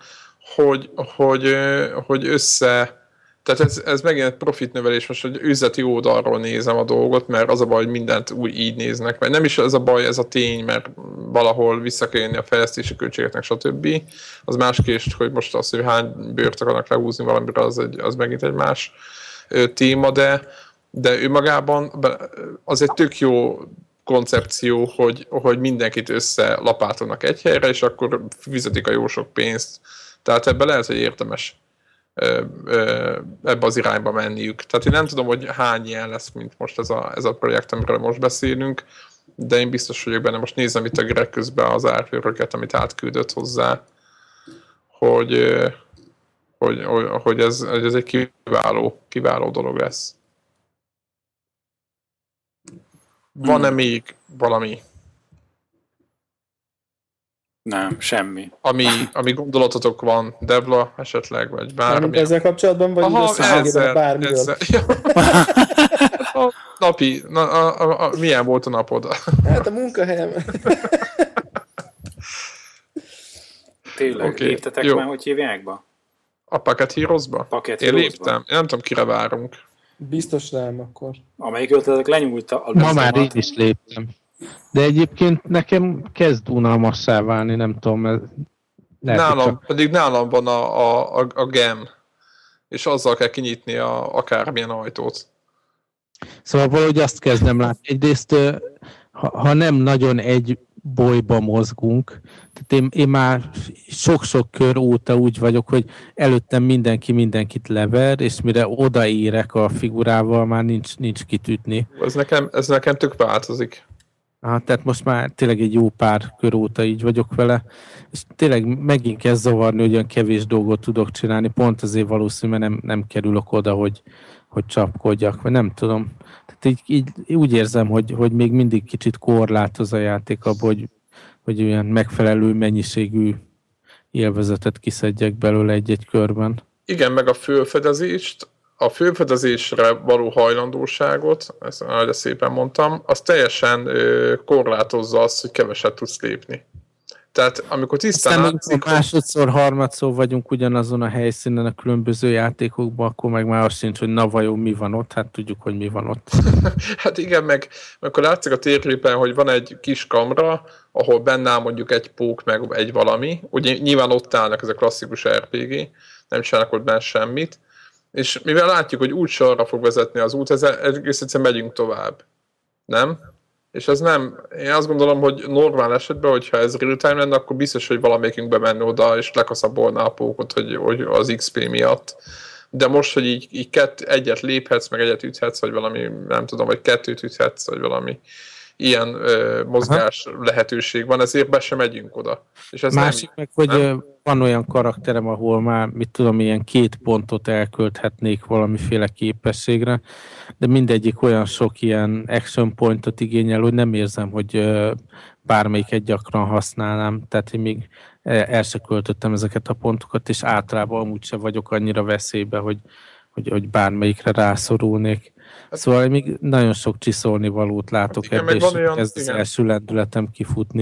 [SPEAKER 1] hogy tehát ez megint egy profitnövelés, most hogy üzleti oldalról nézem a dolgot, mert az a baj, hogy mindent úgy így néznek, vagy nem is ez a baj, ez a tény, mert valahol vissza kell jönni a fejlesztési költségeknek, stb. Az más kérdés, hogy most az, hogy hány bőrt akarnak lehúzni valamire, az megint egy más téma, de ő magában az egy tök jó koncepció, hogy mindenkit összelapátolnak egy helyre, és akkor fizetik a jó sok pénzt. Tehát ebben lehet, hogy érdemes ebbe az irányba menniük. Tehát én nem tudom, hogy hány ilyen lesz, mint most ez a projekt, amiről most beszélünk, de én biztos vagyok benne, most nézem itt a Greg közben az árfőröket, amit átküldött hozzá, hogy ez egy kiváló dolog lesz. Van-e még valami?
[SPEAKER 2] Nem, semmi.
[SPEAKER 1] Ami gondolatotok van, Devla esetleg, vagy bármi.
[SPEAKER 4] Ezzel kapcsolatban, vagy összességében bármiről?
[SPEAKER 1] Ja. Milyen volt a napod?
[SPEAKER 4] Hát a munkahelyem.
[SPEAKER 2] Tényleg, léptetek már, hogy hívják be?
[SPEAKER 1] A Pocket Heroes-ba? Én léptem. Én nem tudom, kire várunk.
[SPEAKER 4] Biztos nem, akkor.
[SPEAKER 2] Amelyik ötletek lenyúlta.
[SPEAKER 3] Ma már így is léptem. De egyébként nekem kezd unalmassá válni, nem tudom.
[SPEAKER 1] Pedig nálam van a gem, és azzal kell kinyitni akármilyen ajtót.
[SPEAKER 3] Szóval valahogy azt kezdem látni. Egyrészt, ha nem nagyon egy bolyba mozgunk, tehát én már sok-sok kör óta úgy vagyok, hogy előttem mindenkit lever, és mire odaérek a figurával, már nincs kitütni.
[SPEAKER 1] Ez nekem tök változik.
[SPEAKER 3] Tehát most már tényleg egy jó pár kör óta így vagyok vele, és tényleg megint kezd zavarni, hogy olyan kevés dolgot tudok csinálni, pont azért valószínűleg nem kerülök oda, hogy csapkodjak, vagy nem tudom. Tehát így úgy érzem, hogy még mindig kicsit korlátoz a játék abban, hogy olyan megfelelő mennyiségű élvezetet kiszedjek belőle egy-egy körben.
[SPEAKER 1] Igen, meg a fölfedezésre való hajlandóságot, ezt szépen mondtam, az teljesen korlátozza azt, hogy keveset tudsz lépni. Tehát amikor tisztán
[SPEAKER 3] látszik... Másodszor, harmadszor vagyunk ugyanazon a helyszínen a különböző játékokban, akkor meg már az sincs, hogy na vajon mi van ott, hát tudjuk, hogy mi van ott.
[SPEAKER 1] Hát igen, meg akkor látszik a térképen, hogy van egy kis kamra, ahol benne áll mondjuk egy pók, meg egy valami. Ugye nyilván ott állnak, ez a klasszikus RPG, nem csinálnak ott benne semmit. És mivel látjuk, hogy úgyse arra fog vezetni az út, egész egyszerűen megyünk tovább. Nem? És ez nem, én azt gondolom, hogy normál esetben, hogyha ez real-time lenne, akkor biztos, hogy valamelyikünkbe menne oda, és lekaszabolná a pókot, hogy az XP miatt. De most, hogy így egyet léphetsz, meg egyet üthetsz, vagy valami, nem tudom, vagy kettőt üthetsz, vagy valami ilyen mozgás lehetőség van, ezért be sem megyünk oda. És ez
[SPEAKER 3] másik meg, hogy van olyan karakterem, ahol már, mit tudom, ilyen 2 pontot elkölthetnék valamiféle képességre, de mindegyik olyan sok ilyen action pointot igényel, hogy nem érzem, hogy bármelyiket gyakran használnám, tehát én még el se költöttem ezeket a pontokat, és általában amúgy se vagyok annyira veszélybe, hogy bármelyikre rászorulnék. Szóval én még nagyon sok csiszolni valót látok ebbe, és ez az első lendületem kifutni.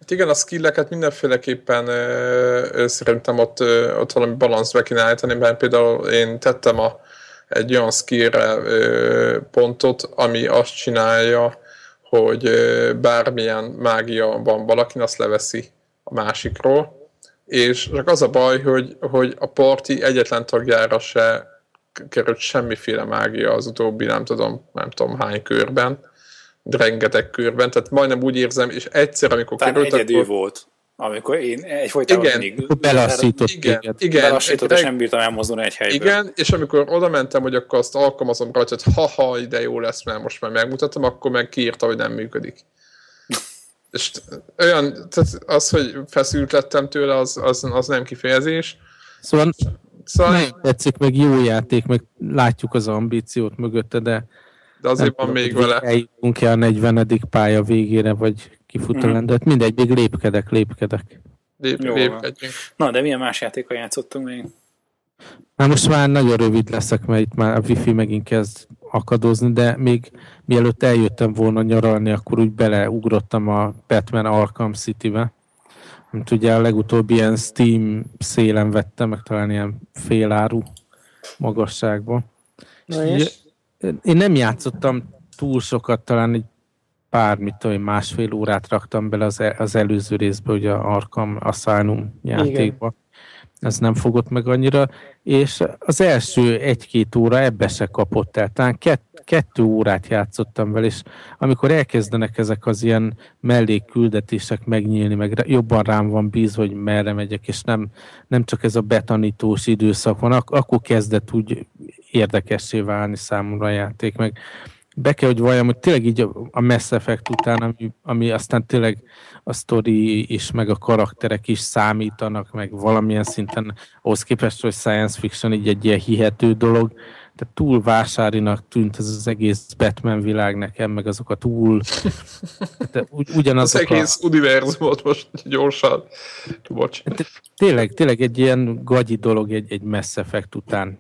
[SPEAKER 1] Igen, a skilleket mindenféleképpen szerintem ott valami balanszt be kéne állítani, mert például én tettem egy olyan skillre pontot, ami azt csinálja, hogy bármilyen mágia van valakin, azt leveszi a másikról, és csak az a baj, hogy a parti egyetlen tagjára se került semmiféle mágia az utóbbi nem tudom hány körben, de rengeteg körben, tehát majdnem úgy érzem, és egyszer, amikor
[SPEAKER 2] került, egyedül volt, amikor én egyfolytában mindig belassított, és nem bírtam elmozdulni egy helyből.
[SPEAKER 1] Igen, és amikor oda mentem, hogy akkor azt alkalmazom rajta, hogy ha ide jó lesz, mert most már megmutatom, akkor meg kiírta, hogy nem működik. És olyan, tehát az, hogy feszült lettem tőle, az nem kifejezés.
[SPEAKER 3] Szóval nem tetszik, meg jó játék, meg látjuk az ambíciót mögötte, de
[SPEAKER 1] azért van még vele.
[SPEAKER 3] Eljutunk-e a 40. pálya végére, vagy kifutalán, de mindegy, még lépkedek.
[SPEAKER 1] Lépkedjünk.
[SPEAKER 2] Na, de milyen más játékkal játszottunk még?
[SPEAKER 3] Na most már nagyon rövid leszek, mert itt már a wifi megint kezd akadozni, de még mielőtt eljöttem volna nyaralni, akkor úgy beleugrottam a Batman Arkham City-be. Mint ugye a legutóbbi ilyen Steam szélen vettem, meg talán ilyen féláru magasságban. Én nem játszottam túl sokat, talán egy másfél órát raktam bele az előző részbe, ugye a Arkham Asylum játékba. Igen. Ez nem fogott meg annyira, és az első 1-2 óra ebbe se kapott el. Talán 2 órát játszottam vele, és amikor elkezdenek ezek az ilyen mellékküldetések megnyílni, meg jobban rám van bízva, hogy merre megyek, és nem csak ez a betanítós időszak van, akkor kezdett úgy érdekessé válni számomra a játék, meg be kell, hogy valljam, hogy tényleg így a Mass Effect után, ami aztán tényleg a sztori is, meg a karakterek is számítanak, meg valamilyen szinten ahhoz képest, hogy science fiction így egy ilyen hihető dolog, de túl vásárinak tűnt ez az egész Batman világ nekem, meg azok a túl...
[SPEAKER 1] ugyanazok az egész univerzumot most gyorsan. Bocs.
[SPEAKER 3] Tényleg egy ilyen gagyi dolog egy Mass Effect után.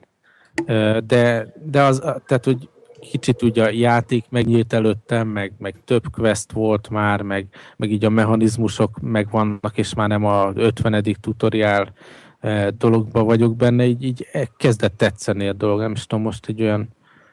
[SPEAKER 3] De az, tehát, hogy kicsit ugye a játék megnyílt előttem, meg több quest volt már, meg így a mechanizmusok megvannak, és már nem a 50. tutoriál dologban vagyok benne, így kezdett tetszeni a dolog. Nem is tudom, most egy olyan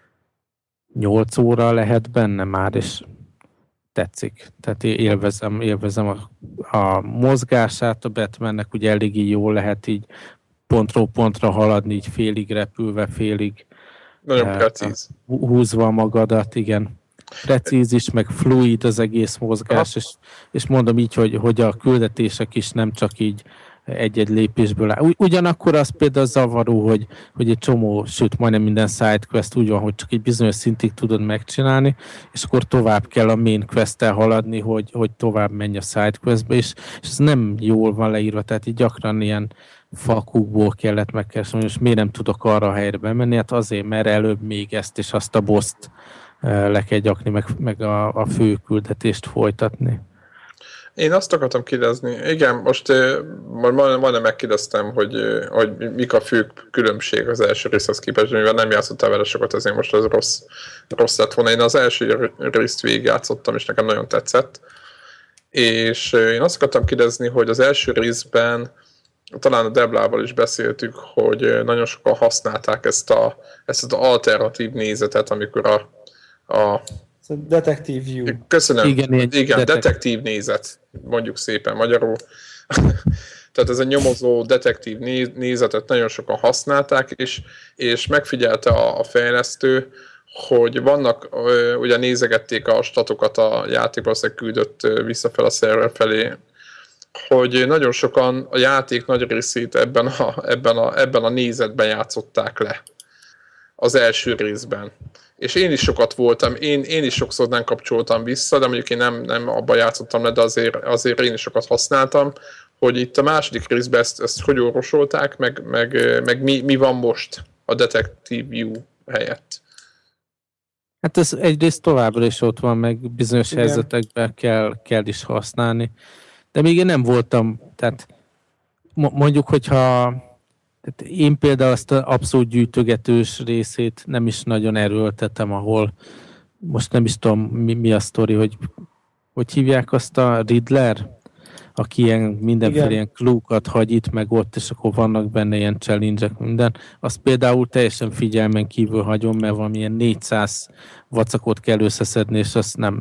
[SPEAKER 3] 8 óra lehet benne már, és tetszik. Tehát élvezem a mozgását a Batmannek, ugye eléggé jól lehet így pontról pontra haladni, így félig repülve, félig
[SPEAKER 1] nagyon precíz.
[SPEAKER 3] Húzva magadat, igen. Precíz is, meg fluid az egész mozgás, és mondom így, hogy a küldetések is nem csak így egy-egy lépésből áll. Ugyanakkor az például zavaró, hogy egy csomó, sőt majdnem minden sidequest úgy van, hogy csak egy bizonyos szintig tudod megcsinálni, és akkor tovább kell a main quest-tel haladni, hogy tovább menj a sidequestbe, és ez nem jól van leírva, tehát így gyakran ilyen falkukból kellett megkeresni, és miért nem tudok arra a helyre bemenni? Hát azért, mert előbb még ezt és azt a boszt le kell gyakni, meg a fő küldetést folytatni.
[SPEAKER 1] Én azt akartam kérdezni, igen, most majdnem megkérdeztem, hogy mik a fő különbség az első részhez képest, mivel nem játszottál vele sokat, azért most az rossz lett volna. Én az első részt végigjátszottam, és nekem nagyon tetszett. És én azt akartam kérdezni, hogy az első részben talán a Deblával is beszéltük, hogy nagyon sokan használták ezt az alternatív nézetet, amikor a
[SPEAKER 4] Detective view.
[SPEAKER 1] Köszönöm. Igen, detektív nézet, mondjuk szépen magyarul. Tehát ez a nyomozó detektív nézetet nagyon sokan használták, és megfigyelte a fejlesztő, hogy vannak, ugye nézegették a statokat a játékban, aztán küldött visszafel a szerver felé, hogy nagyon sokan a játék nagy részét ebben a nézetben játszották le az első részben. És én is sokat voltam, én is sokszor nem kapcsoltam vissza, de mondjuk én nem abban játszottam le, de azért én is sokat használtam, hogy itt a második részben ezt hogy orvosolták, meg mi van most a Detective View helyett.
[SPEAKER 3] Hát ez egyrészt továbbra is ott van, meg bizonyos helyzetekben kell is használni. De még én nem voltam, tehát mondjuk, hogyha tehát én például azt az abszolút gyűjtögetős részét nem is nagyon erőltetem, ahol most nem is tudom mi a sztori, hogy hívják azt a Riddler, aki ilyen mindenféle ilyen klúkat hagy itt meg ott, és akkor vannak benne ilyen challenge-ek, minden. Azt például teljesen figyelmen kívül hagyom, mert valamilyen 400 vacakot kell összeszedni, és azt nem...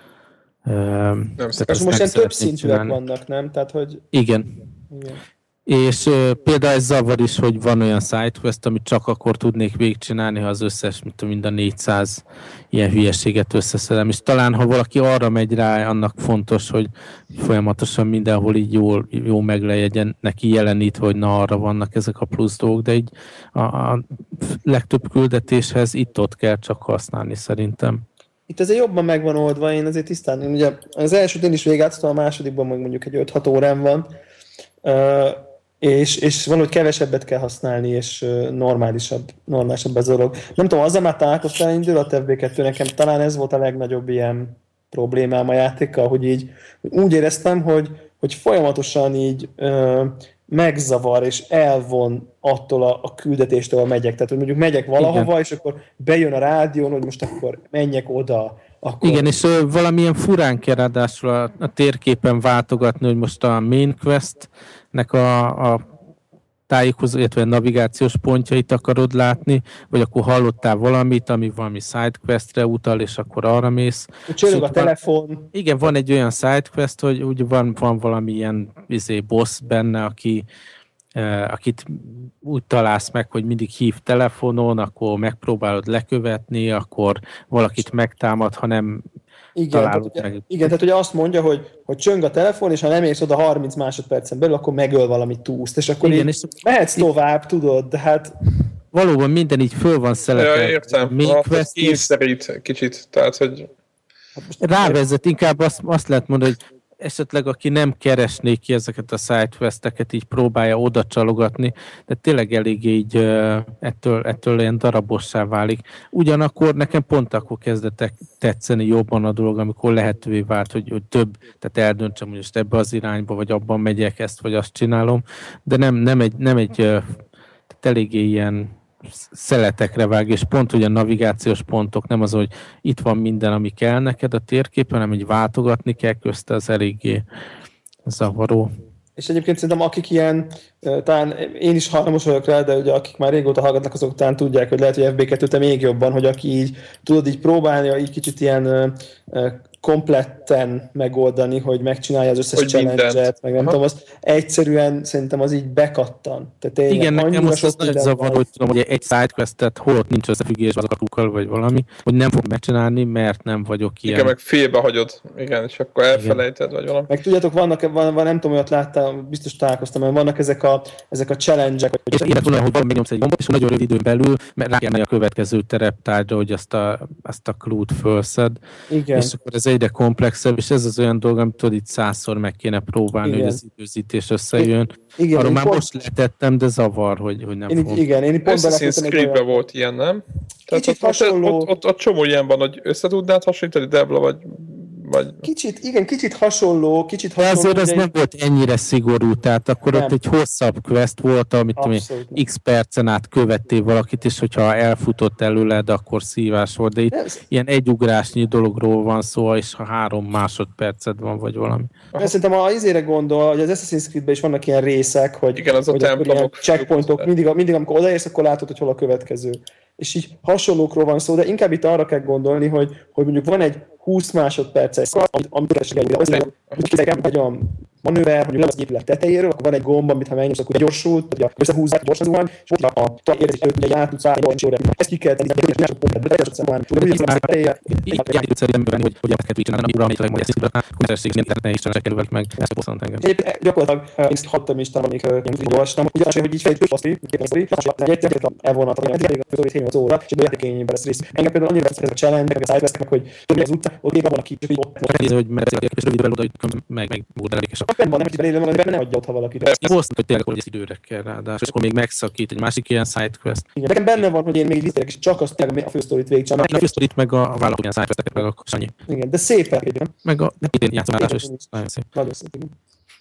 [SPEAKER 4] most ilyen több szintűek vannak, nem? Tehát, hogy...
[SPEAKER 3] Igen. És például ez zavar is, hogy van olyan sidequest, amit csak akkor tudnék végigcsinálni, ha az összes, mind a 400 ilyen hülyeséget összeszedem. És talán, ha valaki arra megy rá, annak fontos, hogy folyamatosan mindenhol így jól meglegyen neki jelenítve, hogy na, arra vannak ezek a plusz dolgok, de így a legtöbb küldetéshez itt-ott kell csak használni szerintem.
[SPEAKER 4] Itt azért jobban meg van oldva, én azért tisztán, ugye az elsőt én is végigátszottam, a másodikban meg mondjuk egy 5-6 órán van, és valahogy kevesebbet kell használni, és normálisabb ez a dolog. Nem tudom, azzal már találkoztál indul a FB2, nekem talán ez volt a legnagyobb ilyen problémám a játékkal, hogy így úgy éreztem, hogy folyamatosan így megzavar és elvon attól a küldetéstől, ahol megyek. Tehát, hogy mondjuk megyek valahova, igen. És akkor bejön a rádión, hogy most akkor menjek oda. Akkor... Igen,
[SPEAKER 3] és valamilyen furán kell ráadásul a térképen váltogatni, hogy most a main quest-nek a tájékozó, illetve a navigációs pontjait akarod látni, vagy akkor hallottál valamit, ami valami sidequestre utal, és akkor arra mész.
[SPEAKER 4] Csörög a telefon.
[SPEAKER 3] Igen, van egy olyan sidequest, hogy úgy van valami ilyen boss benne, akit úgy találsz meg, hogy mindig hív telefonon, akkor megpróbálod lekövetni, akkor valakit megtámad, ha nem találod meg.
[SPEAKER 4] Igen, tehát ugye azt mondja, hogy csöng a telefon, és ha nem érsz oda 30 másodpercen belül, akkor megöl valami túszt, és akkor igen, és mehetsz tovább, tudod, de hát...
[SPEAKER 3] Valóban minden így föl van szeletelve.
[SPEAKER 1] Ja, értem. Kényszerít kicsit, tehát, hogy...
[SPEAKER 3] Rávezet, inkább azt lehet mondani, hogy esetleg aki nem keresné ki ezeket a sidequesteket, így próbálja oda csalogatni, de tényleg elég így ettől ilyen darabossá válik. Ugyanakkor nekem pont akkor kezdett tetszeni jobban a dolog, amikor lehetővé vált, hogy több, tehát eldöntsem, hogy most ebbe az irányba, vagy abban megyek, ezt vagy azt csinálom, de nem egy tehát eléggé ilyen szeletekre vág, és pont, hogy a navigációs pontok nem az, hogy itt van minden, ami kell neked a térképen, hanem így váltogatni kell közte, az eléggé zavaró.
[SPEAKER 4] És egyébként szerintem akik ilyen, talán én is hajlamos vagyok rá, de ugye akik már régóta hallgatnak, azok talán tudják, hogy lehet, hogy FB2-te még jobban, hogy aki így tudod így próbálni, így kicsit ilyen kompletten megoldani, hogy megcsinálja az összes challenge-et, meg nem tudom, az egyszerűen szerintem az így bekattan. Tehát
[SPEAKER 3] igen, nekem most az nagy zavar, hogy tudom, hogy egy sidequestet hol ott nincs összefüggés az akarukkal, vagy valami, hogy nem fog megcsinálni, mert nem vagyok ilyen.
[SPEAKER 1] Igen, meg félbe hagyod, igen, és akkor elfelejted, vagy valami.
[SPEAKER 4] Meg tudjátok, van nem tudom, olyat láttam, biztos találkoztam, mert vannak ezek a challenge-ek.
[SPEAKER 3] És én tudom, hogy van megnyomsz egy gombot, és nagyon rövid időn belül rá kell menni a következő tereptárgyra, hogy azt a clue-t fölszed.
[SPEAKER 4] Igen.
[SPEAKER 3] És akkor ez egyre komplexebb, és ez az olyan dolog, amit tudod itt 100-szor meg kéne próbálni, igen. Hogy az időzítés összejön. Igen, arról már most lehetettem, de zavar, hogy nem fogom.
[SPEAKER 4] Igen, én pont
[SPEAKER 1] Assassin's Creed-ben volt ilyen, nem?
[SPEAKER 4] Kicsit hasonló.
[SPEAKER 1] Ott csomó ilyen van, hogy összetudnád hasonlítani Debla, vagy...
[SPEAKER 4] Kicsit hasonló.
[SPEAKER 3] De azért az nem volt ennyire szigorú, tehát akkor nem. Ott egy hosszabb quest volt, amit x percen át követtél valakit, és hogyha elfutott előled, akkor szívás volt, de itt ilyen egyugrásnyi dologról van szó, és ha 3 másodperced van, vagy valami.
[SPEAKER 4] Szerintem az izére gondol, hogy az Assassin's Creed-ben is vannak ilyen részek, hogy,
[SPEAKER 1] igen, az
[SPEAKER 4] hogy a checkpointok, mindig amikor odaérsz, akkor látod, hogy hol a következő. És így hasonlókról van szó, de inkább itt arra kell gondolni, hogy mondjuk van egy 20 másodperces, amit egy olyan manőver, hogy levasz egy épület tetejéről, akkor van egy gomb, amit ha megnyomsz, akkor gyorsul, hogy összehúzzák, gyorsan zuhan, és ott a érzés, hogy át tudsz állni, és ezt ki kell tenni, hogy mások pontot, de ezt szemben, hogy úgy az teljel.
[SPEAKER 3] Játékot szerintem, hogy ezt kell csinálni, ura, amit a legmondja szívben, hogy ezt interneten is csak kerülök meg, ezt bosszant engem.
[SPEAKER 4] Egyébként gyakorlatilag én ezt hattam is, talán amíg olvastam, hogy így fejtős a sztori, elvonat, hogy az óra, és a játékényében lesz rész. Engem például annyira veszek ez a challenge, meg a sidequest, hogy az utca, ott éppen van, aki
[SPEAKER 3] hogy megbeszéljük, és rövidvel oda meg módelik, és
[SPEAKER 4] akkor van, nem is belőle van, ne adja ott, ha valakit.
[SPEAKER 3] Hoztam, hogy tényleg, hogy ez időre kell ráadásul, és akkor még megszakít egy másik ilyen sidequest.
[SPEAKER 4] Igen, nekem benne van, hogy én még visszatérek, és csak azt tényleg a fősztorit végigcsinálom.
[SPEAKER 3] A fősztorit meg a vállalkozó ilyen sidequesteket, meg akkor annyi.
[SPEAKER 4] Igen, de szépen egyébként.
[SPEAKER 3] Meg a én játszom ráadásul, és nagyon szép.
[SPEAKER 4] Nagyon szép, igen.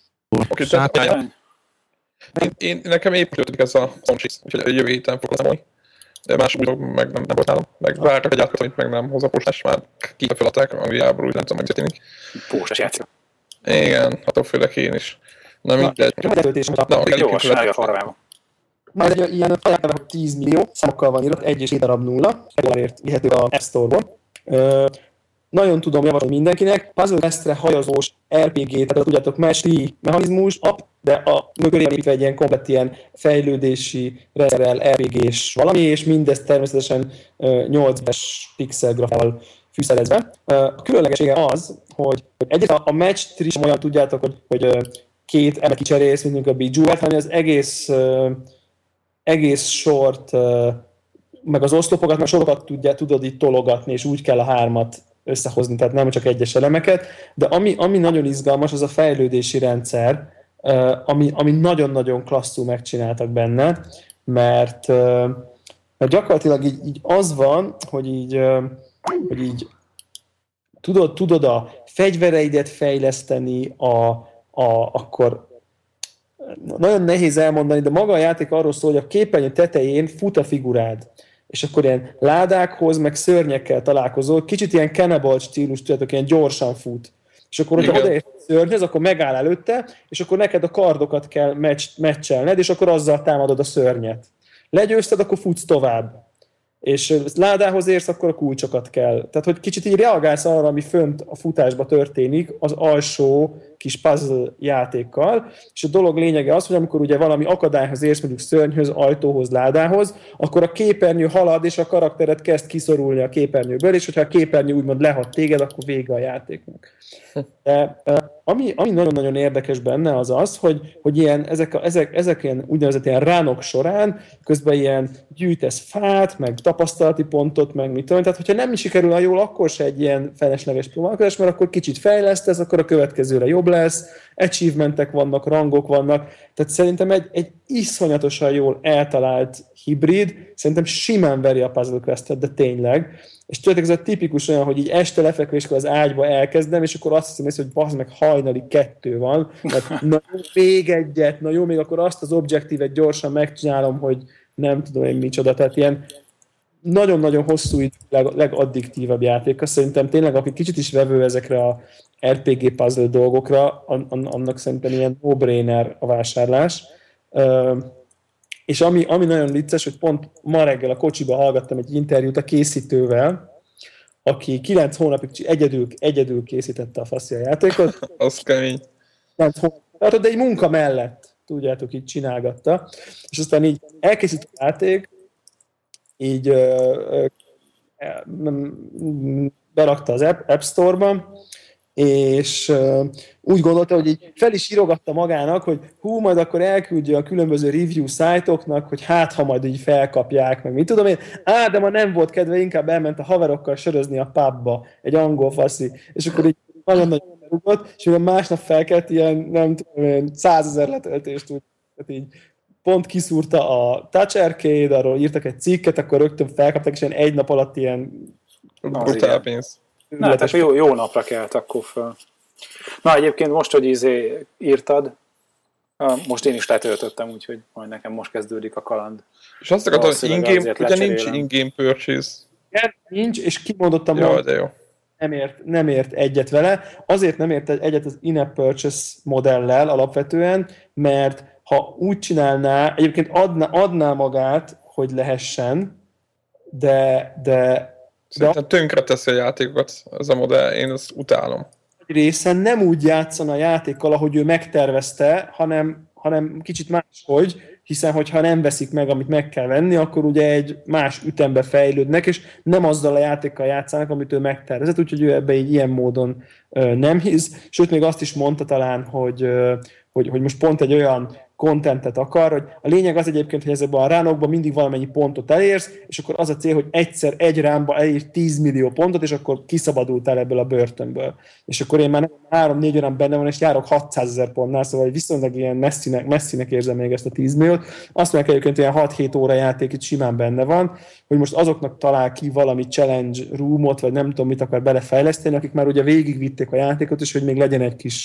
[SPEAKER 1] Én nekem épp jött ez a Somsix, úgyhogy jövő héten fogok számolni. De más új meg nem volt nálam. Meg vártak egy átköt, amit meg nem hoz a postás, már feladták Angliából, úgy nem tudom, megtörténik.
[SPEAKER 2] Postás játszik.
[SPEAKER 1] Igen, attól főleg én is. Na mindegy.
[SPEAKER 2] Jó, a sárga farmában.
[SPEAKER 4] Majd egy ilyen ajánlom, hogy 10 millió számokkal van írott, 1 és 7 darab nulla, $1 vihető a App Store-ból. Nagyon tudom javasolni mindenkinek, Puzzle Quest-re hajazós RPG, tehát tudjátok, match-3 mechanizmus, app, de a mögé építve egy ilyen komplett ilyen fejlődési rendszerrel RPG-s valami, és mindezt természetesen 8-es pixel grafával fűszerezve. A különlegessége az, hogy egyrészt a match-3 sem olyan tudjátok, hogy két elemet kicserélsz, mint a Bejeweled, hanem az egész sort, meg az oszlopokat, meg sorokat tudod így tologatni, és úgy kell a 3-at összehozni, tehát nem csak egyes elemeket, de ami nagyon izgalmas, az a fejlődési rendszer, ami nagyon-nagyon klasszul megcsináltak benne, mert gyakorlatilag így az van, hogy így tudod a fegyvereidet fejleszteni, akkor nagyon nehéz elmondani, de maga a játék arról szól, hogy a képernyő tetején fut a figurád, és akkor ilyen ládákhoz, meg szörnyekkel találkozol, kicsit ilyen cannibal stílus, tudjátok, ilyen gyorsan fut. És akkor, hogyha odaérsz a szörnyhez, akkor megáll előtte, és akkor neked a kardokat kell meccselned, és akkor azzal támadod a szörnyet. Legyőzted, akkor futsz tovább. És ládához érsz, akkor a kulcsokat kell. Tehát, hogy kicsit így reagálsz arra, ami fönt a futásba történik, az alsó kis puzzle játékkal, és a dolog lényege az, hogy amikor ugye valami akadályhoz érsz, mondjuk szörnyhöz, ajtóhoz, ládához, akkor a képernyő halad, és a karaktered kezd kiszorulni a képernyőből, és hogyha a képernyő úgymond lehat téged, akkor vége a játéknak. De ami nagyon-nagyon érdekes benne az az, hogy ilyen, ezek ilyen úgynevezett ilyen ránok során közben ilyen gyűjtesz fát, meg tapasztalati pontot, meg mit tudom. Tehát, hogyha nem is sikerül olyan jól, akkor se egy ilyen felesleges próbálkozás, mert akkor kicsit fejlesztesz, akkor a következőre jobb lesz, achievementek vannak, rangok vannak. Tehát szerintem egy iszonyatosan jól eltalált hibrid, szerintem simán veri a Puzzle Quest-et, de tényleg. És tudjátok, ez a tipikus olyan, hogy így este lefekvéskor az ágyba elkezdem, és akkor azt hiszem észre, hogy bazd meg hajnali 2 van, mert na még egyet, na jó, még akkor azt az objektívet gyorsan megcsinálom, hogy nem tudom én micsoda, tehát ilyen nagyon-nagyon hosszú idő legaddiktívabb játék. Szerintem tényleg, aki kicsit is vevő ezekre a RPG puzzle dolgokra, annak szerintem ilyen no-brainer a vásárlás. És ami nagyon vicces, hogy pont ma reggel a kocsiba hallgattam egy interjút a készítővel, aki 9 hónapig egyedül készítette a faszia játékot.
[SPEAKER 1] Az kemény.
[SPEAKER 4] 9 hónapig, de egy munka mellett, tudjátok, így csinálgatta. És aztán így elkészít a játék, így berakta az App Store-ba, és úgy gondolta, hogy így fel is írogatta magának, hogy majd akkor elküldje a különböző review szájtoknak, hogy ha majd így felkapják, meg mit tudom én. De ma nem volt kedve, inkább elment a haverokkal sörözni a pubba, egy angol faszi, és akkor így nagyon-nagyon berugott, és akkor másnap felkelt ilyen, nem tudom én, 100 000 letöltést úgy, így pont kiszúrta a Touch Arcade, arról írtak egy cikket, akkor rögtön felkaptak, és ilyen egy nap alatt ilyen
[SPEAKER 1] brutál pénz.
[SPEAKER 2] Na, tehát jó napra kelt akkor föl. Na, egyébként most, hogy írtad, most én is letöltöttem, úgyhogy majd nekem most kezdődik a kaland.
[SPEAKER 1] És azt akartam, hogy ugye nincs in-game purchase.
[SPEAKER 4] Igen, nincs, és kimondottam,
[SPEAKER 1] de jó.
[SPEAKER 4] Nem ért egyet vele. Azért nem ért egyet az in-app purchase modellel alapvetően, mert ha úgy csinálná, egyébként adná magát, hogy lehessen, de
[SPEAKER 1] szerintem tönkre teszi a játékokat ez a modell, én ezt utálom.
[SPEAKER 4] Egy részen nem úgy játszana a játékkal, ahogy ő megtervezte, hanem kicsit máshogy, hiszen hogyha nem veszik meg, amit meg kell venni, akkor ugye egy más ütembe fejlődnek, és nem azzal a játékkal játszanak, amit ő megtervezett, úgyhogy ő ebbe így ilyen módon nem hisz. Sőt, még azt is mondta talán, hogy most pont egy olyan contentet akar, hogy a lényeg az egyébként, hogy ezekben a ránokban mindig valamennyi pontot elérsz, és akkor az a cél, hogy egyszer egy rámba elérsz 10 millió pontot, és akkor kiszabadultál ebből a börtönből. És akkor én már 3-4 órán benne van, és járok 600 000 pontnál, szóval viszonylag ilyen messzinek érzem még ezt a 10 milliót. Azt mondják egyébként, ilyen 6-7 óra játék itt simán benne van, hogy most azoknak talál ki valami challenge roomot, vagy nem tudom mit akar belefejleszteni, akik már ugye végigvitték a játékot, és hogy még legyen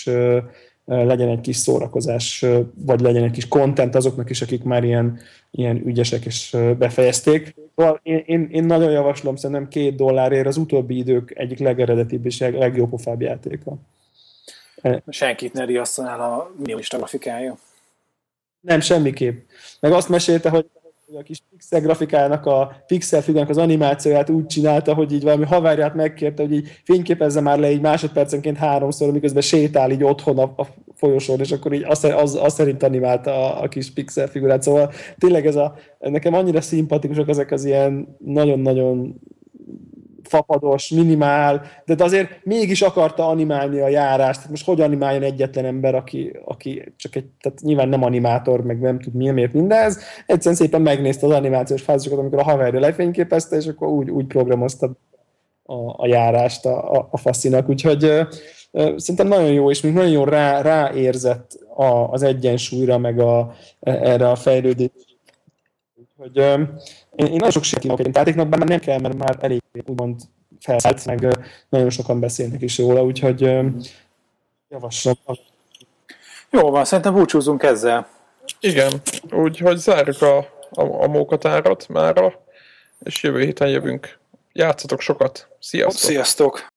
[SPEAKER 4] egy kis szórakozás, vagy legyen egy kis content azoknak is, akik már ilyen ügyesek és befejezték. Szóval én nagyon javaslom, szerintem $2 az utóbbi idők egyik legeredetibb és legjópofább játéka.
[SPEAKER 2] Senkit ne riasszon el a minimalista grafikája.
[SPEAKER 4] Nem, semmiképp. Meg azt mesélte, hogy a kis pixel grafikának, a pixel figurnak az animációját úgy csinálta, hogy így valami haverját megkérte, hogy így fényképezze már le így másodpercenként 3-szor, miközben sétál így otthon a folyosón, és akkor így azt szerint animálta a kis pixel figurát. Szóval tényleg nekem annyira szimpatikusak ezek az ilyen nagyon-nagyon fapados, minimál, de azért mégis akarta animálni a járást. Tehát most hogy animáljon egyetlen ember, aki csak tehát nyilván nem animátor, meg nem tud miért mindez. Egyszerűen szépen megnézte az animációs fázisokat, amikor a haverja lefényképezte, és akkor úgy programozta a járást a faszinak. Úgyhogy szerintem nagyon jó, és még nagyon jól ráérzett az egyensúlyra, meg erre a fejlődésre. Úgyhogy én nagyon sok sikert a játéknak, bár nem kell, mert már elég úgymond felszállt, meg nagyon sokan beszélnek is róla, úgyhogy javaslom.
[SPEAKER 2] Jó van, szerintem búcsúzunk ezzel.
[SPEAKER 1] Igen, úgyhogy zárjuk a mókatárat mára, és jövő héten jövünk. Játszatok sokat. Sziasztok!
[SPEAKER 2] Sziasztok!